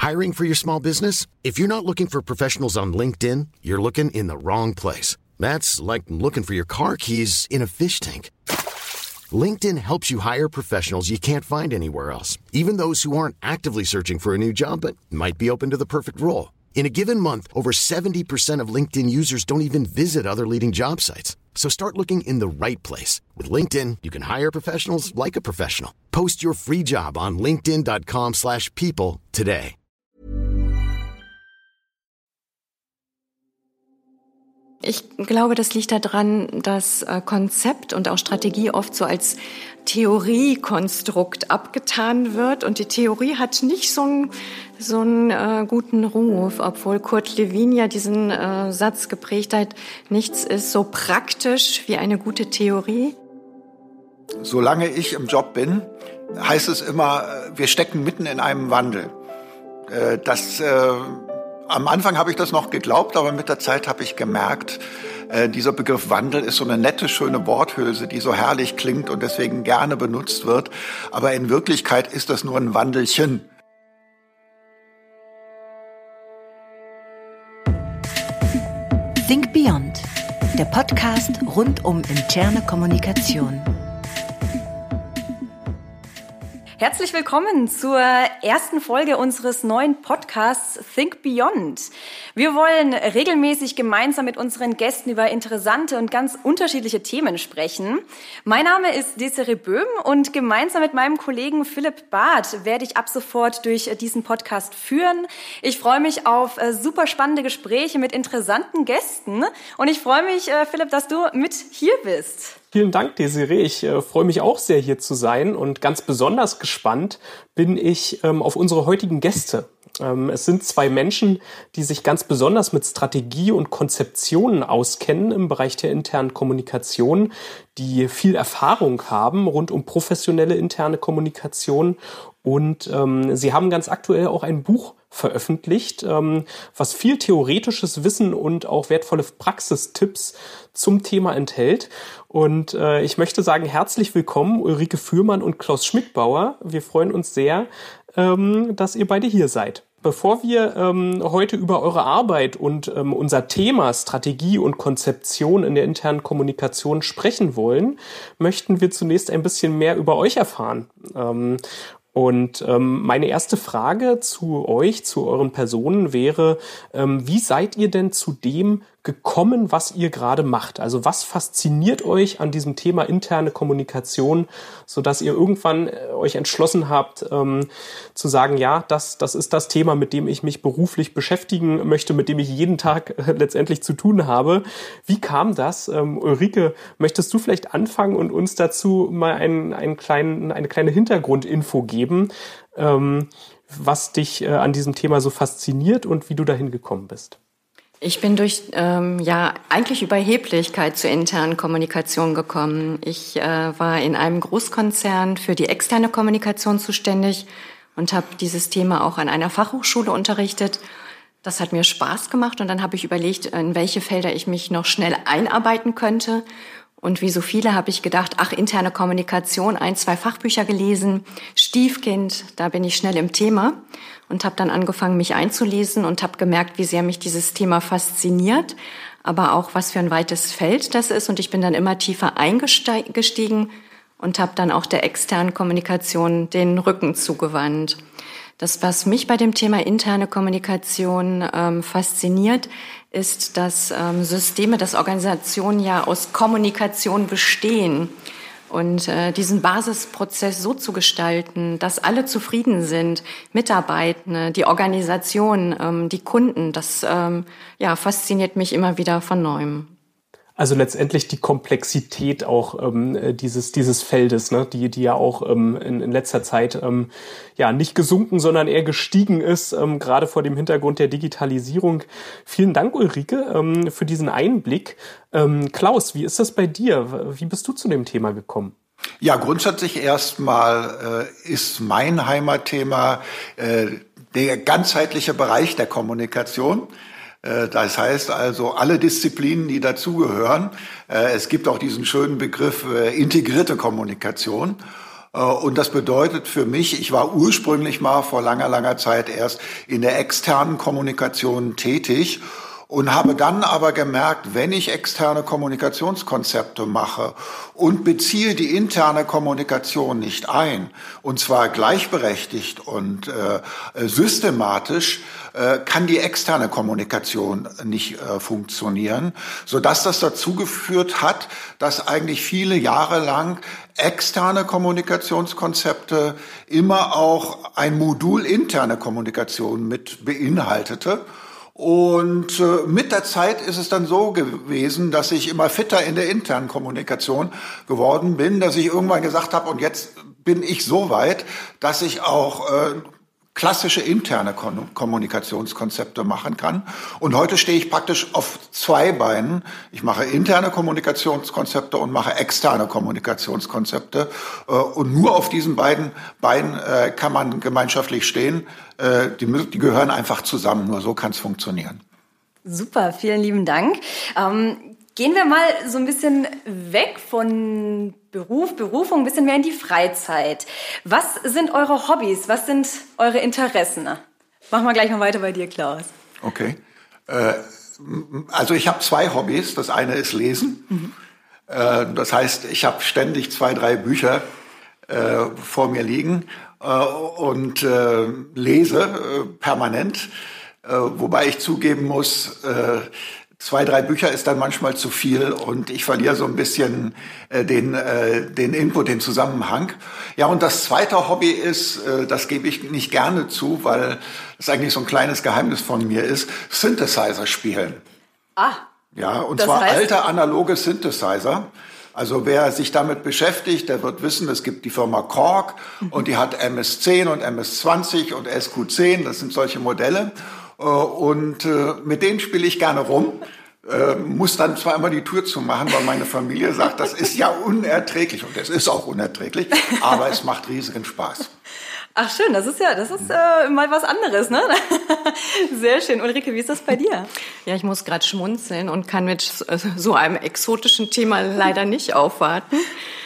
Hiring for your small business? If you're not looking for professionals on LinkedIn, you're looking in the wrong place. That's like looking for your car keys in a fish tank. LinkedIn helps you hire professionals you can't find anywhere else, even those who aren't actively searching for a new job but might be open to the perfect role. In a given month, over 70% of LinkedIn users don't even visit other leading job sites. So start looking in the right place. With LinkedIn, you can hire professionals like a professional. Post your free job on linkedin.com/people today. Ich glaube, das liegt daran, dass Konzept und auch Strategie oft so als Theoriekonstrukt abgetan wird. Und die Theorie hat nicht so einen guten Ruf, obwohl Kurt Lewin ja diesen Satz geprägt hat, nichts ist so praktisch wie eine gute Theorie. Solange ich im Job bin, heißt es immer, wir stecken mitten in einem Wandel. Am Anfang habe ich das noch geglaubt, aber mit der Zeit habe ich gemerkt, dieser Begriff Wandel ist so eine nette, schöne Worthülse, die so herrlich klingt und deswegen gerne benutzt wird. Aber in Wirklichkeit ist das nur ein Wandelchen. Think Beyond, der Podcast rund um interne Kommunikation. Herzlich willkommen zur ersten Folge unseres neuen Podcasts Think Beyond. Wir wollen regelmäßig gemeinsam mit unseren Gästen über interessante und ganz unterschiedliche Themen sprechen. Mein Name ist Desiree Böhm und gemeinsam mit meinem Kollegen Philipp Barth werde ich ab sofort durch diesen Podcast führen. Ich freue mich auf super spannende Gespräche mit interessanten Gästen und ich freue mich, Philipp, dass du mit hier bist. Vielen Dank, Desiree. Ich freue mich auch sehr, hier zu sein und ganz besonders gespannt bin ich auf unsere heutigen Gäste. Es sind zwei Menschen, die sich ganz besonders mit Strategie und Konzeptionen auskennen im Bereich der internen Kommunikation, die viel Erfahrung haben rund um professionelle interne Kommunikation und sie haben ganz aktuell auch ein Buch veröffentlicht, was viel theoretisches Wissen und auch wertvolle Praxistipps zum Thema enthält. Und ich möchte sagen, herzlich willkommen Ulrike Fürmann und Klaus Schmidbauer. Wir freuen uns sehr, dass ihr beide hier seid. Bevor wir heute über eure Arbeit und unser Thema Strategie und Konzeption in der internen Kommunikation sprechen wollen, möchten wir zunächst ein bisschen mehr über euch erfahren. Und meine erste Frage zu euch, zu euren Personen wäre, wie seid ihr denn zu dem gekommen, was ihr gerade macht? Also was fasziniert euch an diesem Thema interne Kommunikation, sodass ihr irgendwann euch entschlossen habt, zu sagen, ja, das ist das Thema, mit dem ich mich beruflich beschäftigen möchte, mit dem ich jeden Tag letztendlich zu tun habe. Wie kam das? Ulrike, möchtest du vielleicht anfangen und uns dazu mal eine kleine Hintergrundinfo geben, was dich an diesem Thema so fasziniert und wie du dahin gekommen bist? Ich bin durch eigentlich Überheblichkeit zur internen Kommunikation gekommen. Ich war in einem Großkonzern für die externe Kommunikation zuständig und habe dieses Thema auch an einer Fachhochschule unterrichtet. Das hat mir Spaß gemacht und dann habe ich überlegt, in welche Felder ich mich noch schnell einarbeiten könnte. Und wie so viele habe ich gedacht, interne Kommunikation, 1-2 Fachbücher gelesen, Stiefkind, da bin ich schnell im Thema und habe dann angefangen, mich einzulesen und habe gemerkt, wie sehr mich dieses Thema fasziniert, aber auch, was für ein weites Feld das ist. Und ich bin dann immer tiefer eingestiegen und habe dann auch der externen Kommunikation den Rücken zugewandt. Das, was mich bei dem Thema interne Kommunikation fasziniert, ist, dass Systeme, dass Organisationen ja aus Kommunikation bestehen. Und diesen Basisprozess so zu gestalten, dass alle zufrieden sind, Mitarbeitende, die Organisation, die Kunden, das fasziniert mich immer wieder von Neuem. Also letztendlich die Komplexität auch dieses Feldes, ne, die ja auch in letzter Zeit nicht gesunken, sondern eher gestiegen ist, gerade vor dem Hintergrund der Digitalisierung. Vielen Dank, Ulrike, für diesen Einblick. Klaus, wie ist das bei dir? Wie bist du zu dem Thema gekommen? Ja, grundsätzlich erstmal ist mein Heimatthema der ganzheitliche Bereich der Kommunikation. Das heißt also alle Disziplinen, die dazugehören. Es gibt auch diesen schönen Begriff integrierte Kommunikation. Und das bedeutet für mich, ich war ursprünglich mal vor langer Zeit erst in der externen Kommunikation tätig und habe dann aber gemerkt, wenn ich externe Kommunikationskonzepte mache und beziehe die interne Kommunikation nicht ein, und zwar gleichberechtigt und systematisch, kann die externe Kommunikation nicht funktionieren, sodass das dazu geführt hat, dass eigentlich viele Jahre lang externe Kommunikationskonzepte immer auch ein Modul interne Kommunikation mit beinhaltete. Und mit der Zeit ist es dann so gewesen, dass ich immer fitter in der internen Kommunikation geworden bin, dass ich irgendwann gesagt habe, und jetzt bin ich so weit, dass ich auch klassische interne Kommunikationskonzepte machen kann. Und heute stehe ich praktisch auf zwei Beinen. Ich mache interne Kommunikationskonzepte und mache externe Kommunikationskonzepte. Und nur auf diesen beiden Beinen kann man gemeinschaftlich stehen. Die gehören einfach zusammen. Nur so kann es funktionieren. Super, vielen lieben Dank. Gehen wir mal so ein bisschen weg von Berufung, ein bisschen mehr in die Freizeit. Was sind eure Hobbys? Was sind eure Interessen? Machen wir gleich mal weiter bei dir, Klaus. Okay. Also ich habe zwei Hobbys. Das eine ist Lesen. Das heißt, ich habe ständig 2, 3 Bücher vor mir liegen und lese permanent. Wobei ich zugeben muss, 2, 3 Bücher ist dann manchmal zu viel und ich verliere so ein bisschen den Input, den Zusammenhang. Ja, und das zweite Hobby ist, das gebe ich nicht gerne zu, weil das eigentlich so ein kleines Geheimnis von mir ist, Synthesizer spielen. Ah. Ja, und zwar alte analoge Synthesizer. Also wer sich damit beschäftigt, der wird wissen, es gibt die Firma Korg und die hat MS-10 und MS-20 und SQ10, das sind solche Modelle. Und mit denen spiele ich gerne rum, muss dann zwar immer die Tür zumachen, weil meine Familie sagt, das ist ja unerträglich. Und es ist auch unerträglich, aber es macht riesigen Spaß. Ach schön, das ist mal was anderes, ne? Sehr schön. Ulrike, wie ist das bei dir? Ja, ich muss gerade schmunzeln und kann mit so einem exotischen Thema leider nicht aufwarten.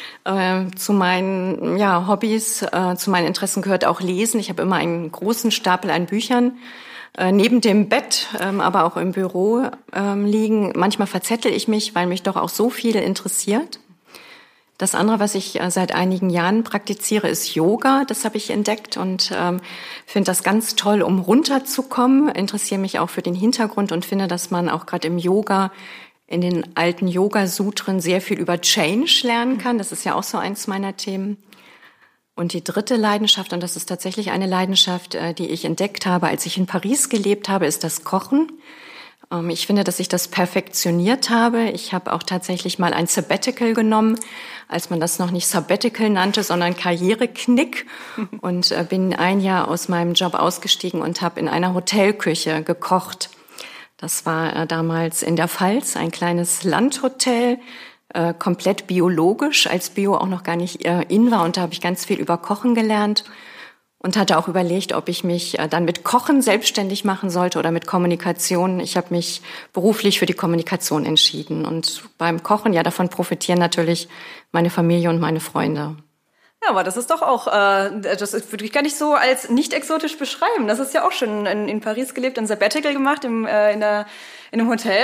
Zu meinen Hobbys, zu meinen Interessen gehört auch Lesen. Ich habe immer einen großen Stapel an Büchern neben dem Bett, aber auch im Büro liegen. Manchmal verzettel ich mich, weil mich doch auch so viel interessiert. Das andere, was ich seit einigen Jahren praktiziere, ist Yoga. Das habe ich entdeckt und finde das ganz toll, um runterzukommen. Interessiere mich auch für den Hintergrund und finde, dass man auch gerade im Yoga, in den alten Yoga-Sutren sehr viel über Change lernen kann. Das ist ja auch so eins meiner Themen. Und die dritte Leidenschaft, und das ist tatsächlich eine Leidenschaft, die ich entdeckt habe, als ich in Paris gelebt habe, ist das Kochen. Ich finde, dass ich das perfektioniert habe. Ich habe auch tatsächlich mal ein Sabbatical genommen, als man das noch nicht Sabbatical nannte, sondern Karriereknick. Und bin ein Jahr aus meinem Job ausgestiegen und habe in einer Hotelküche gekocht. Das war damals in der Pfalz, ein kleines Landhotel, komplett biologisch, als Bio auch noch gar nicht in war. Und da habe ich ganz viel über Kochen gelernt und hatte auch überlegt, ob ich mich dann mit Kochen selbstständig machen sollte oder mit Kommunikation. Ich habe mich beruflich für die Kommunikation entschieden. Und beim Kochen, ja, davon profitieren natürlich meine Familie und meine Freunde. Ja, aber das ist doch auch, das würde ich gar nicht so als nicht exotisch beschreiben. Das ist ja auch schon in Paris gelebt, ein Sabbatical gemacht in einem Hotel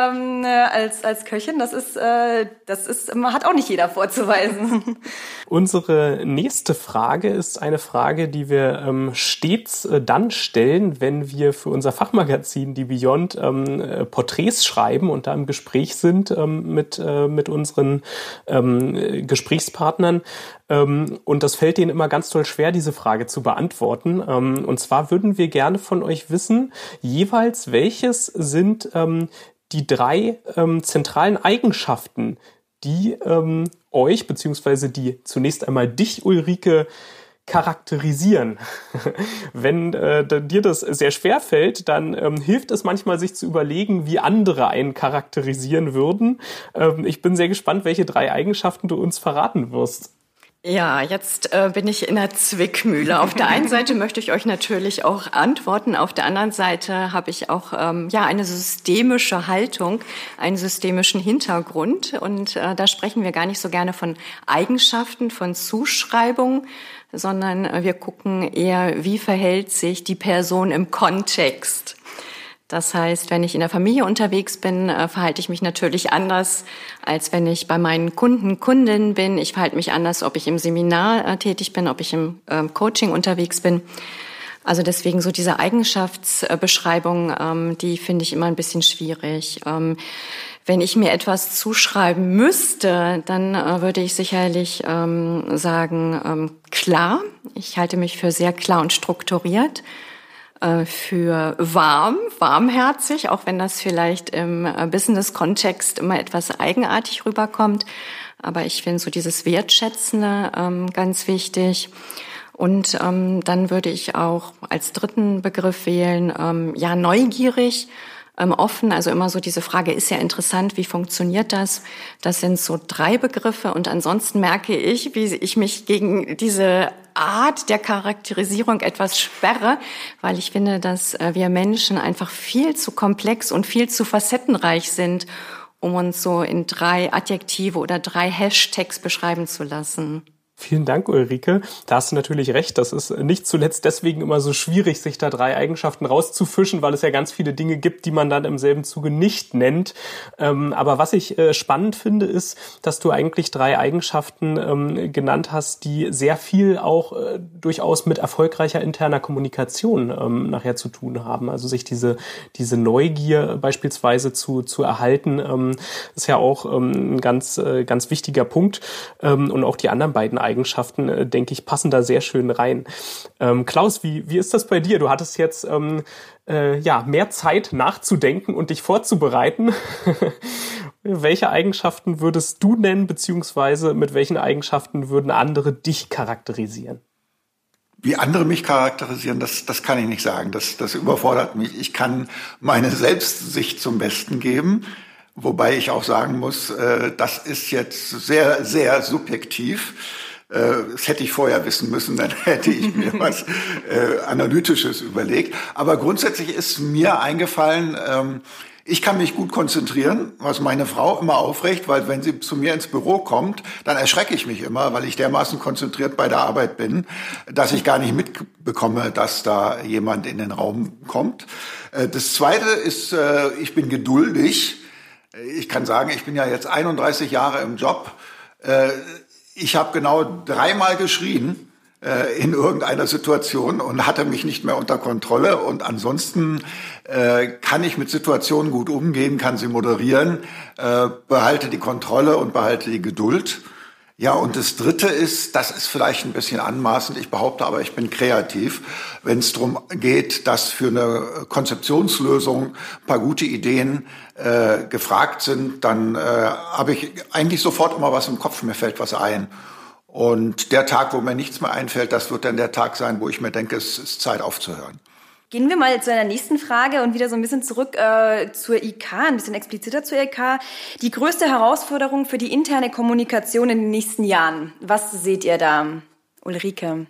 als Köchin. Das ist hat auch nicht jeder vorzuweisen. Unsere nächste Frage ist eine Frage, die wir stets dann stellen, wenn wir für unser Fachmagazin Die Beyond Porträts schreiben und da im Gespräch sind mit unseren Gesprächspartnern. Und das fällt denen immer ganz toll schwer, diese Frage zu beantworten. Und zwar würden wir gerne von euch wissen, jeweils welches sind die 3 zentralen Eigenschaften, die euch, beziehungsweise die zunächst einmal dich, Ulrike, charakterisieren. Wenn dir das sehr schwer fällt, dann hilft es manchmal, sich zu überlegen, wie andere einen charakterisieren würden. Ich bin sehr gespannt, welche 3 Eigenschaften du uns verraten wirst. Ja, jetzt bin ich in der Zwickmühle. Auf der einen Seite möchte ich euch natürlich auch antworten. Auf der anderen Seite habe ich auch eine systemische Haltung, einen systemischen Hintergrund. Und da sprechen wir gar nicht so gerne von Eigenschaften, von Zuschreibungen, sondern wir gucken eher, wie verhält sich die Person im Kontext. Das heißt, wenn ich in der Familie unterwegs bin, verhalte ich mich natürlich anders, als wenn ich bei meinen Kundinnen bin. Ich verhalte mich anders, ob ich im Seminar tätig bin, ob ich im Coaching unterwegs bin. Also deswegen so diese Eigenschaftsbeschreibung, die finde ich immer ein bisschen schwierig. Wenn ich mir etwas zuschreiben müsste, dann würde ich sicherlich sagen, klar. Ich halte mich für sehr klar und strukturiert. Für warmherzig, auch wenn das vielleicht im Business-Kontext immer etwas eigenartig rüberkommt. Aber ich finde so dieses Wertschätzende ganz wichtig. Und dann würde ich auch als dritten Begriff wählen, neugierig, offen. Also immer so diese Frage, ist ja interessant, wie funktioniert das? Das sind so 3 Begriffe. Und ansonsten merke ich, wie ich mich gegen diese Art der Charakterisierung etwas sperre, weil ich finde, dass wir Menschen einfach viel zu komplex und viel zu facettenreich sind, um uns so in 3 Adjektive oder 3 Hashtags beschreiben zu lassen. Vielen Dank, Ulrike. Da hast du natürlich recht. Das ist nicht zuletzt deswegen immer so schwierig, sich da 3 Eigenschaften rauszufischen, weil es ja ganz viele Dinge gibt, die man dann im selben Zuge nicht nennt. Aber was ich spannend finde, ist, dass du eigentlich 3 Eigenschaften genannt hast, die sehr viel auch durchaus mit erfolgreicher interner Kommunikation nachher zu tun haben. Also sich diese Neugier beispielsweise zu erhalten, ist ja auch ein ganz wichtiger Punkt. Und auch die anderen beiden Eigenschaften, denke ich, passen da sehr schön rein. Klaus, wie ist das bei dir? Du hattest jetzt mehr Zeit nachzudenken und dich vorzubereiten. Welche Eigenschaften würdest du nennen, beziehungsweise mit welchen Eigenschaften würden andere dich charakterisieren? Wie andere mich charakterisieren, das kann ich nicht sagen. Das überfordert mich. Ich kann meine Selbstsicht zum Besten geben, wobei ich auch sagen muss, das ist jetzt sehr, sehr subjektiv. Das hätte ich vorher wissen müssen, dann hätte ich mir was Analytisches überlegt. Aber grundsätzlich ist mir eingefallen, ich kann mich gut konzentrieren, was meine Frau immer aufregt, weil wenn sie zu mir ins Büro kommt, dann erschrecke ich mich immer, weil ich dermaßen konzentriert bei der Arbeit bin, dass ich gar nicht mitbekomme, dass da jemand in den Raum kommt. Das Zweite ist, ich bin geduldig. Ich kann sagen, ich bin ja jetzt 31 Jahre im Job. Ich habe genau 3-mal geschrien in irgendeiner Situation und hatte mich nicht mehr unter Kontrolle. Und ansonsten kann ich mit Situationen gut umgehen, kann sie moderieren, behalte die Kontrolle und behalte die Geduld. Ja, und das Dritte ist, das ist vielleicht ein bisschen anmaßend, ich behaupte aber, ich bin kreativ. Wenn es darum geht, dass für eine Konzeptionslösung ein paar gute Ideen gefragt sind, dann habe ich eigentlich sofort immer was im Kopf, mir fällt was ein. Und der Tag, wo mir nichts mehr einfällt, das wird dann der Tag sein, wo ich mir denke, es ist Zeit aufzuhören. Gehen wir mal zu einer nächsten Frage und wieder so ein bisschen zurück zur IK, ein bisschen expliziter zur IK. Die größte Herausforderung für die interne Kommunikation in den nächsten Jahren. Was seht ihr da, Ulrike?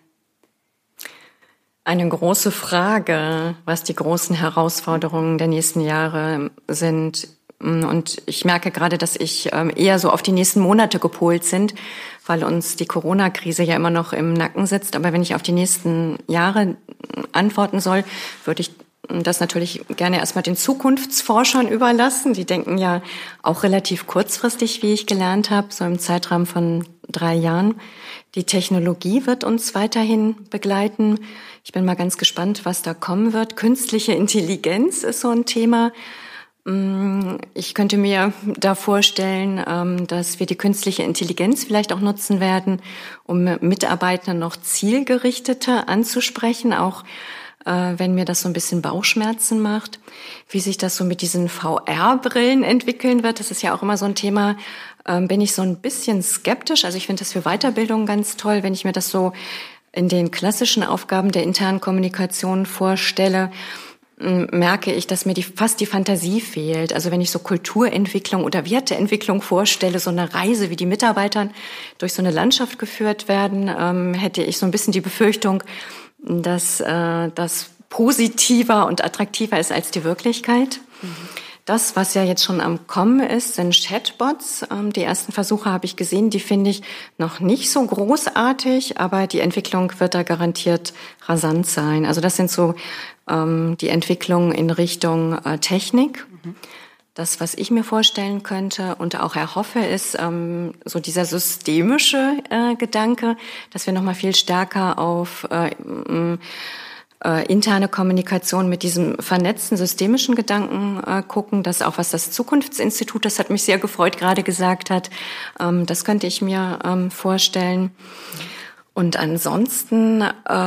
Eine große Frage, was die großen Herausforderungen der nächsten Jahre sind. Und ich merke gerade, dass ich eher so auf die nächsten Monate gepolt sind, weil uns die Corona-Krise ja immer noch im Nacken sitzt. Aber wenn ich auf die nächsten Jahre antworten soll, würde ich das natürlich gerne erstmal den Zukunftsforschern überlassen. Die denken ja auch relativ kurzfristig, wie ich gelernt habe, so im Zeitrahmen von 3 Jahren. Die Technologie wird uns weiterhin begleiten. Ich bin mal ganz gespannt, was da kommen wird. Künstliche Intelligenz ist so ein Thema. Ich könnte mir da vorstellen, dass wir die künstliche Intelligenz vielleicht auch nutzen werden, um Mitarbeiter noch zielgerichteter anzusprechen, auch wenn mir das so ein bisschen Bauchschmerzen macht. Wie sich das so mit diesen VR-Brillen entwickeln wird, das ist ja auch immer so ein Thema, bin ich so ein bisschen skeptisch. Also ich finde das für Weiterbildung ganz toll, wenn ich mir das so in den klassischen Aufgaben der internen Kommunikation vorstelle. merke ich, dass mir fast die Fantasie fehlt. Also wenn ich so Kulturentwicklung oder Werteentwicklung vorstelle, so eine Reise, wie die Mitarbeiter durch so eine Landschaft geführt werden, hätte ich so ein bisschen die Befürchtung, dass das positiver und attraktiver ist als die Wirklichkeit. Das, was ja jetzt schon am Kommen ist, sind Chatbots. Die ersten Versuche habe ich gesehen, die finde ich noch nicht so großartig, aber die Entwicklung wird da garantiert rasant sein. Also das sind so die Entwicklungen in Richtung Technik. Das, was ich mir vorstellen könnte und auch erhoffe, ist so dieser systemische Gedanke, dass wir noch mal viel stärker auf interne Kommunikation mit diesem vernetzten systemischen Gedanken gucken. Das auch, was das Zukunftsinstitut, das hat mich sehr gefreut, gerade gesagt hat. Das könnte ich mir vorstellen. Und ansonsten,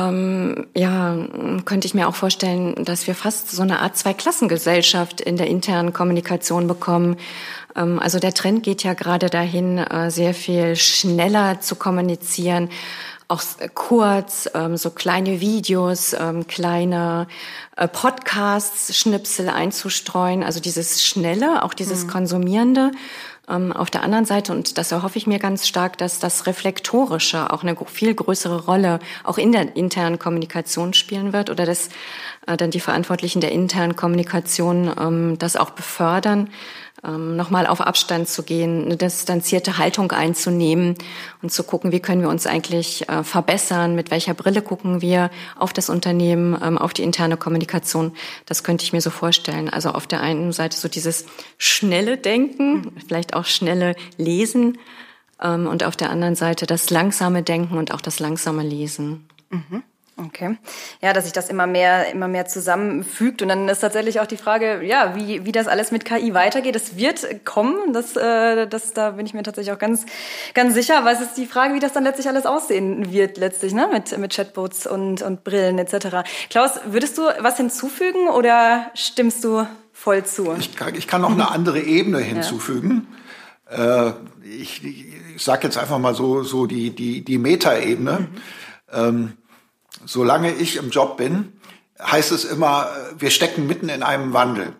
könnte ich mir auch vorstellen, dass wir fast so eine Art Zweiklassengesellschaft in der internen Kommunikation bekommen. Also der Trend geht ja gerade dahin, sehr viel schneller zu kommunizieren, auch kurz, so kleine Videos, kleine Podcasts, Schnipsel einzustreuen, also dieses Schnelle, auch dieses Konsumierende. Auf der anderen Seite, und das erhoffe ich mir ganz stark, dass das Reflektorische auch eine viel größere Rolle auch in der internen Kommunikation spielen wird oder dass dann die Verantwortlichen der internen Kommunikation das auch befördern, nochmal auf Abstand zu gehen, eine distanzierte Haltung einzunehmen und zu gucken, wie können wir uns eigentlich verbessern, mit welcher Brille gucken wir auf das Unternehmen, auf die interne Kommunikation. Das könnte ich mir so vorstellen. Also auf der einen Seite so dieses schnelle Denken, vielleicht auch schnelle Lesen und auf der anderen Seite das langsame Denken und auch das langsame Lesen. Okay. Ja, dass sich das immer mehr zusammenfügt. Und dann ist tatsächlich auch die Frage, ja, wie das alles mit KI weitergeht. Es wird kommen. Da bin ich mir tatsächlich auch ganz, ganz sicher. Aber es ist die Frage, wie das dann letztlich alles aussehen wird, letztlich, ne, mit Chatbots und Brillen etc. Klaus, würdest du was hinzufügen oder stimmst du voll zu? Ich kann noch eine andere Ebene hinzufügen. Ja. Ich sag jetzt einfach mal so die Metaebene. Solange ich im Job bin, heißt es immer, wir stecken mitten in einem Wandel.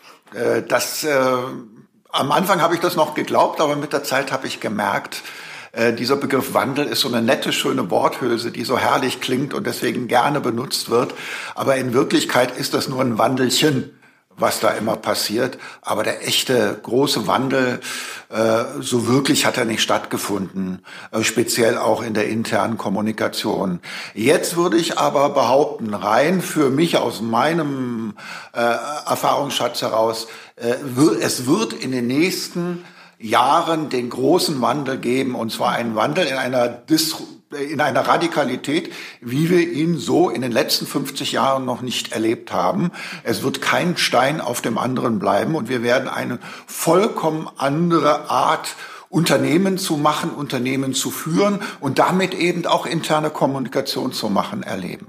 Am Anfang habe ich das noch geglaubt, aber mit der Zeit habe ich gemerkt, dieser Begriff Wandel ist so eine nette, schöne Worthülse, die so herrlich klingt und deswegen gerne benutzt wird. Aber in Wirklichkeit ist das nur ein Wandelchen, was da immer passiert. Aber der echte große Wandel, so wirklich hat er nicht stattgefunden, speziell auch in der internen Kommunikation. Jetzt würde ich aber behaupten, rein für mich aus meinem Erfahrungsschatz heraus, es wird in den nächsten Jahren den großen Wandel geben, und zwar einen Wandel in einer Radikalität, wie wir ihn so in den letzten 50 Jahren noch nicht erlebt haben. Es wird kein Stein auf dem anderen bleiben und wir werden eine vollkommen andere Art Unternehmen zu machen, Unternehmen zu führen und damit eben auch interne Kommunikation zu machen, erleben.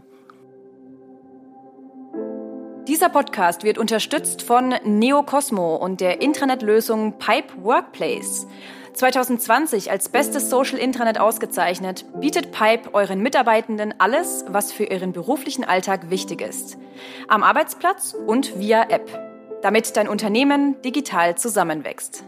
Dieser Podcast wird unterstützt von Neocosmo und der Intranet-Lösung Pipe Workplace. 2020 als bestes Social Intranet ausgezeichnet, bietet Pipe euren Mitarbeitenden alles, was für ihren beruflichen Alltag wichtig ist. Am Arbeitsplatz und via App, damit dein Unternehmen digital zusammenwächst.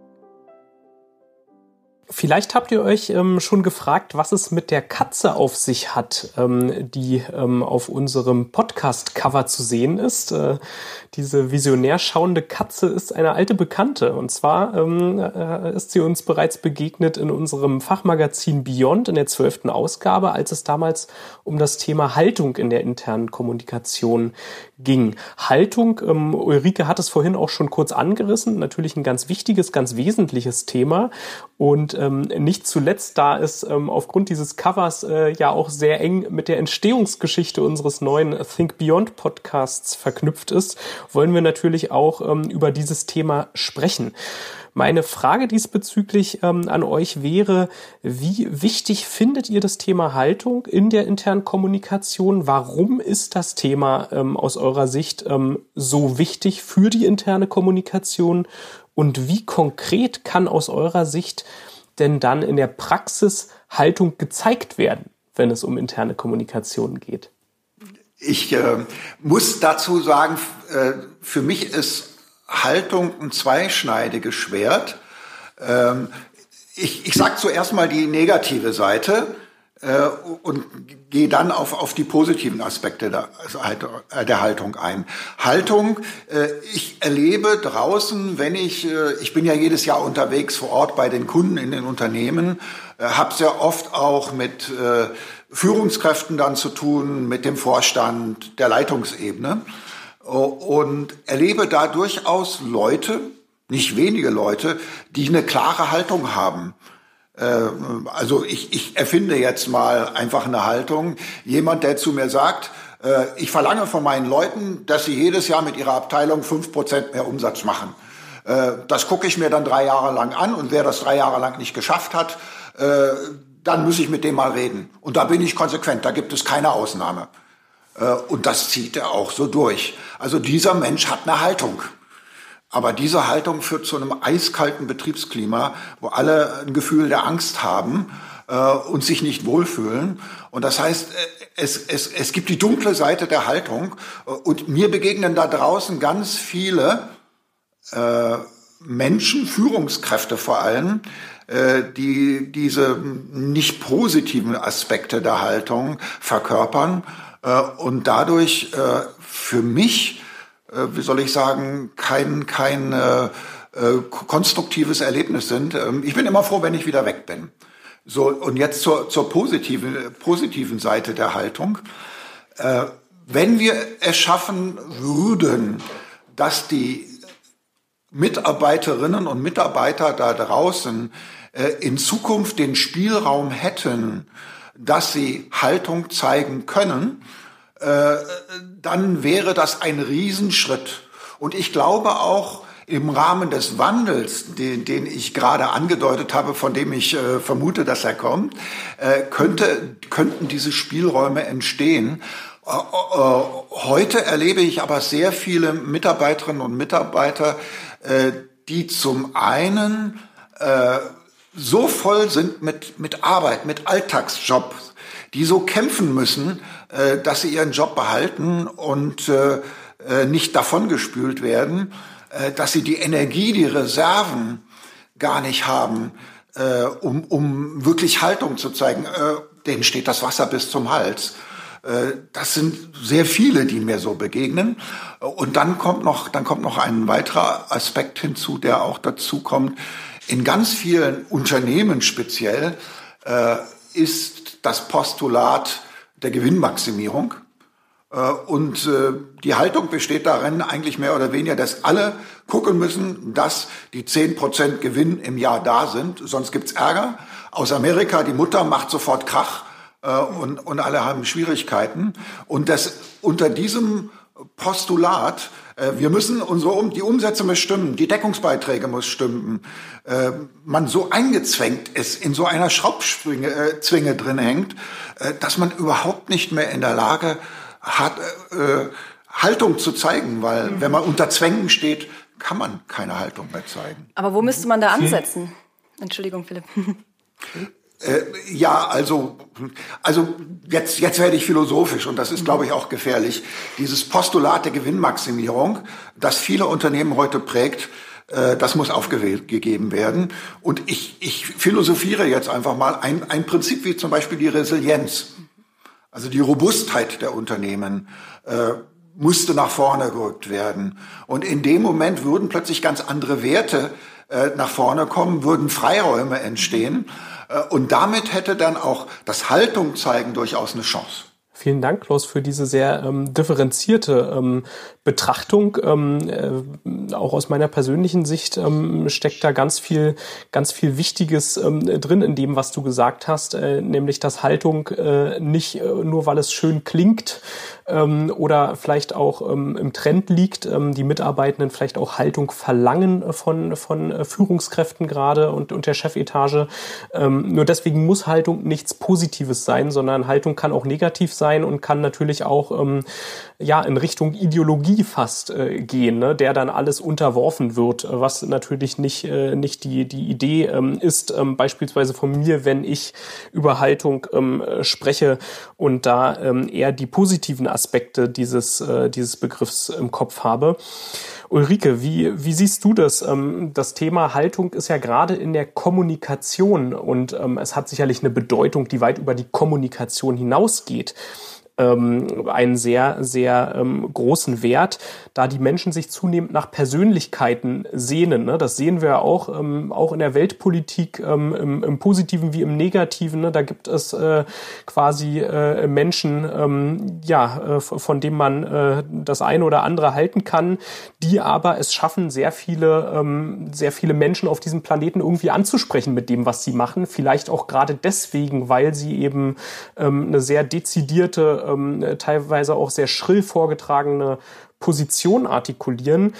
Vielleicht habt ihr euch schon gefragt, was es mit der Katze auf sich hat, die auf unserem Podcast-Cover zu sehen ist. Diese visionär schauende Katze ist eine alte Bekannte. Und zwar ist sie uns bereits begegnet in unserem Fachmagazin Beyond in der 12. Ausgabe, als es damals um das Thema Haltung in der internen Kommunikation ging. Haltung, Ulrike hat es vorhin auch schon kurz angerissen, natürlich ein ganz wichtiges, ganz wesentliches Thema. Und nicht zuletzt, da es aufgrund dieses Covers ja auch sehr eng mit der Entstehungsgeschichte unseres neuen Think Beyond Podcasts verknüpft ist, wollen wir natürlich auch über dieses Thema sprechen. Meine Frage diesbezüglich an euch wäre, wie wichtig findet ihr das Thema Haltung in der internen Kommunikation? Warum ist das Thema aus eurer Sicht so wichtig für die interne Kommunikation? Und wie konkret kann aus eurer Sicht denn dann in der Praxis Haltung gezeigt werden, wenn es um interne Kommunikation geht? Ich muss dazu sagen, für mich ist Haltung ein zweischneidiges Schwert. Ich sage zuerst mal die negative Seite und gehe dann auf die positiven Aspekte der Haltung ein. Haltung, ich erlebe draußen, wenn ich bin ja jedes Jahr unterwegs vor Ort bei den Kunden in den Unternehmen, habe sehr oft auch mit Führungskräften dann zu tun, mit dem Vorstand, der Leitungsebene und erlebe da durchaus Leute, nicht wenige Leute, die eine klare Haltung haben. Also ich erfinde jetzt mal einfach eine Haltung. Jemand, der zu mir sagt, ich verlange von meinen Leuten, dass sie jedes Jahr mit ihrer Abteilung 5% mehr Umsatz machen. Das gucke ich mir dann 3 Jahre lang an und wer das 3 Jahre lang nicht geschafft hat, dann muss ich mit dem mal reden. Und da bin ich konsequent, da gibt es keine Ausnahme. Und das zieht er auch so durch. Also dieser Mensch hat eine Haltung. Aber diese Haltung führt zu einem eiskalten Betriebsklima, wo alle ein Gefühl der Angst haben und sich nicht wohlfühlen. Und das heißt, es gibt die dunkle Seite der Haltung. Und mir begegnen da draußen ganz viele Menschen, Führungskräfte vor allem, die diese nicht positiven Aspekte der Haltung verkörpern und dadurch für mich, wie soll ich sagen, kein konstruktives Erlebnis sind. Ich bin immer froh, wenn ich wieder weg bin. So, und jetzt zur positiven Seite der Haltung. Wenn wir es schaffen würden, dass die Mitarbeiterinnen und Mitarbeiter da draußen in Zukunft den Spielraum hätten, dass sie Haltung zeigen können, dann wäre das ein Riesenschritt. Und ich glaube auch im Rahmen des Wandels, den ich gerade angedeutet habe, von dem ich vermute, dass er kommt, könnten diese Spielräume entstehen. Heute erlebe ich aber sehr viele Mitarbeiterinnen und Mitarbeiter, die zum einen so voll sind mit Arbeit, mit Alltagsjobs, die so kämpfen müssen, dass sie ihren Job behalten und nicht davongespült werden, dass sie die Energie, die Reserven gar nicht haben, um wirklich Haltung zu zeigen. Denen steht das Wasser bis zum Hals. Das sind sehr viele, die mir so begegnen. Und dann kommt noch ein weiterer Aspekt hinzu, der auch dazu kommt. In ganz vielen Unternehmen speziell ist das Postulat der Gewinnmaximierung. Und die Haltung besteht darin eigentlich mehr oder weniger, dass alle gucken müssen, dass die 10% Gewinn im Jahr da sind. Sonst gibt's Ärger. Aus Amerika, die Mutter macht sofort Krach. Und alle haben Schwierigkeiten. Und das unter diesem Postulat, wir müssen die Umsätze müssen stimmen, die Deckungsbeiträge müssen stimmen, man so eingezwängt ist, in so einer Schraubzwinge drin hängt, dass man überhaupt nicht mehr in der Lage hat, Haltung zu zeigen, weil wenn man unter Zwängen steht, kann man keine Haltung mehr zeigen. Aber wo müsste man da ansetzen? Entschuldigung, Philipp. Ja, also jetzt werde ich philosophisch und das ist, glaube ich, auch gefährlich. Dieses Postulat der Gewinnmaximierung, das viele Unternehmen heute prägt, das muss aufgegeben werden. Und ich philosophiere jetzt einfach mal ein Prinzip wie zum Beispiel die Resilienz. Also die Robustheit der Unternehmen musste nach vorne gerückt werden. Und in dem Moment würden plötzlich ganz andere Werte nach vorne kommen, würden Freiräume entstehen. Und damit hätte dann auch das Haltung zeigen durchaus eine Chance. Vielen Dank, Klaus, für diese sehr differenzierte Betrachtung. Auch aus meiner persönlichen Sicht steckt da ganz viel Wichtiges drin in dem, was du gesagt hast, nämlich dass Haltung nicht nur, weil es schön klingt oder vielleicht auch im Trend liegt, die Mitarbeitenden vielleicht auch Haltung verlangen von Führungskräften gerade und der Chefetage. Nur deswegen muss Haltung nichts Positives sein, sondern Haltung kann auch negativ sein und kann natürlich auch in Richtung Ideologie Technologie fast gehen, ne, der dann alles unterworfen wird, was natürlich nicht die Idee ist, beispielsweise von mir, wenn ich über Haltung spreche und da eher die positiven Aspekte dieses Begriffs im Kopf habe. Ulrike, wie siehst du das? Das Thema Haltung ist ja gerade in der Kommunikation und es hat sicherlich eine Bedeutung, die weit über die Kommunikation hinausgeht. Einen sehr, sehr großen Wert, da die Menschen sich zunehmend nach Persönlichkeiten sehnen. Ne? Das sehen wir auch in der Weltpolitik, im Positiven wie im Negativen. Ne? Da gibt es quasi Menschen, von denen man das eine oder andere halten kann, die aber es schaffen, sehr viele Menschen auf diesem Planeten irgendwie anzusprechen mit dem, was sie machen. Vielleicht auch gerade deswegen, weil sie eben eine sehr dezidierte, teilweise auch sehr schrill vorgetragene Position artikulieren.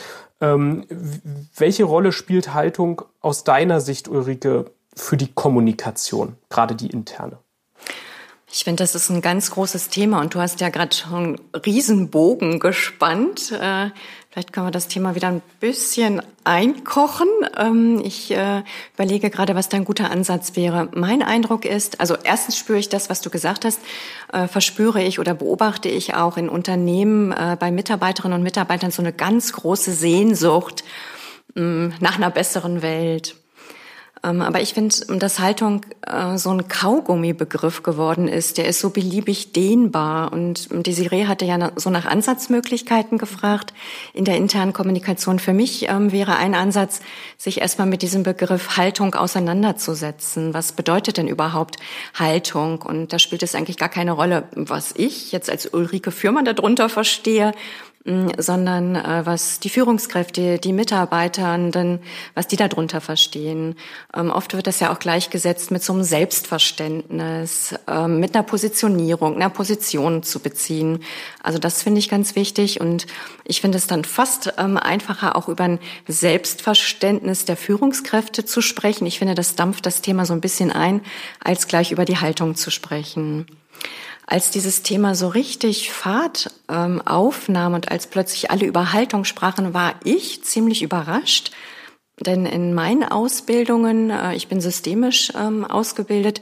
Welche Rolle spielt Haltung aus deiner Sicht, Ulrike, für die Kommunikation, gerade die interne? Ich finde, das ist ein ganz großes Thema und du hast ja gerade schon einen Riesenbogen gespannt. Vielleicht können wir das Thema wieder ein bisschen einkochen. Ich überlege gerade, was da ein guter Ansatz wäre. Mein Eindruck ist, also erstens spüre ich das, was du gesagt hast, verspüre ich oder beobachte ich auch in Unternehmen bei Mitarbeiterinnen und Mitarbeitern so eine ganz große Sehnsucht nach einer besseren Welt. Aber ich finde, dass Haltung so ein Kaugummibegriff geworden ist. Der ist so beliebig dehnbar. Und Desiree hatte ja so nach Ansatzmöglichkeiten gefragt in der internen Kommunikation. Für mich wäre ein Ansatz, sich erstmal mit diesem Begriff Haltung auseinanderzusetzen. Was bedeutet denn überhaupt Haltung? Und da spielt es eigentlich gar keine Rolle, was ich jetzt als Ulrike Fürmann darunter verstehe, sondern was die Führungskräfte, die Mitarbeitenden, was die darunter verstehen. Oft wird das ja auch gleichgesetzt mit so einem Selbstverständnis, mit einer Positionierung, einer Position zu beziehen. Also das finde ich ganz wichtig und ich finde es dann fast einfacher, auch über ein Selbstverständnis der Führungskräfte zu sprechen. Ich finde, das dampft das Thema so ein bisschen ein, als gleich über die Haltung zu sprechen. Als dieses Thema so richtig Fahrt aufnahm und als plötzlich alle über Haltung sprachen, war ich ziemlich überrascht. Denn in meinen Ausbildungen, ich bin systemisch ausgebildet,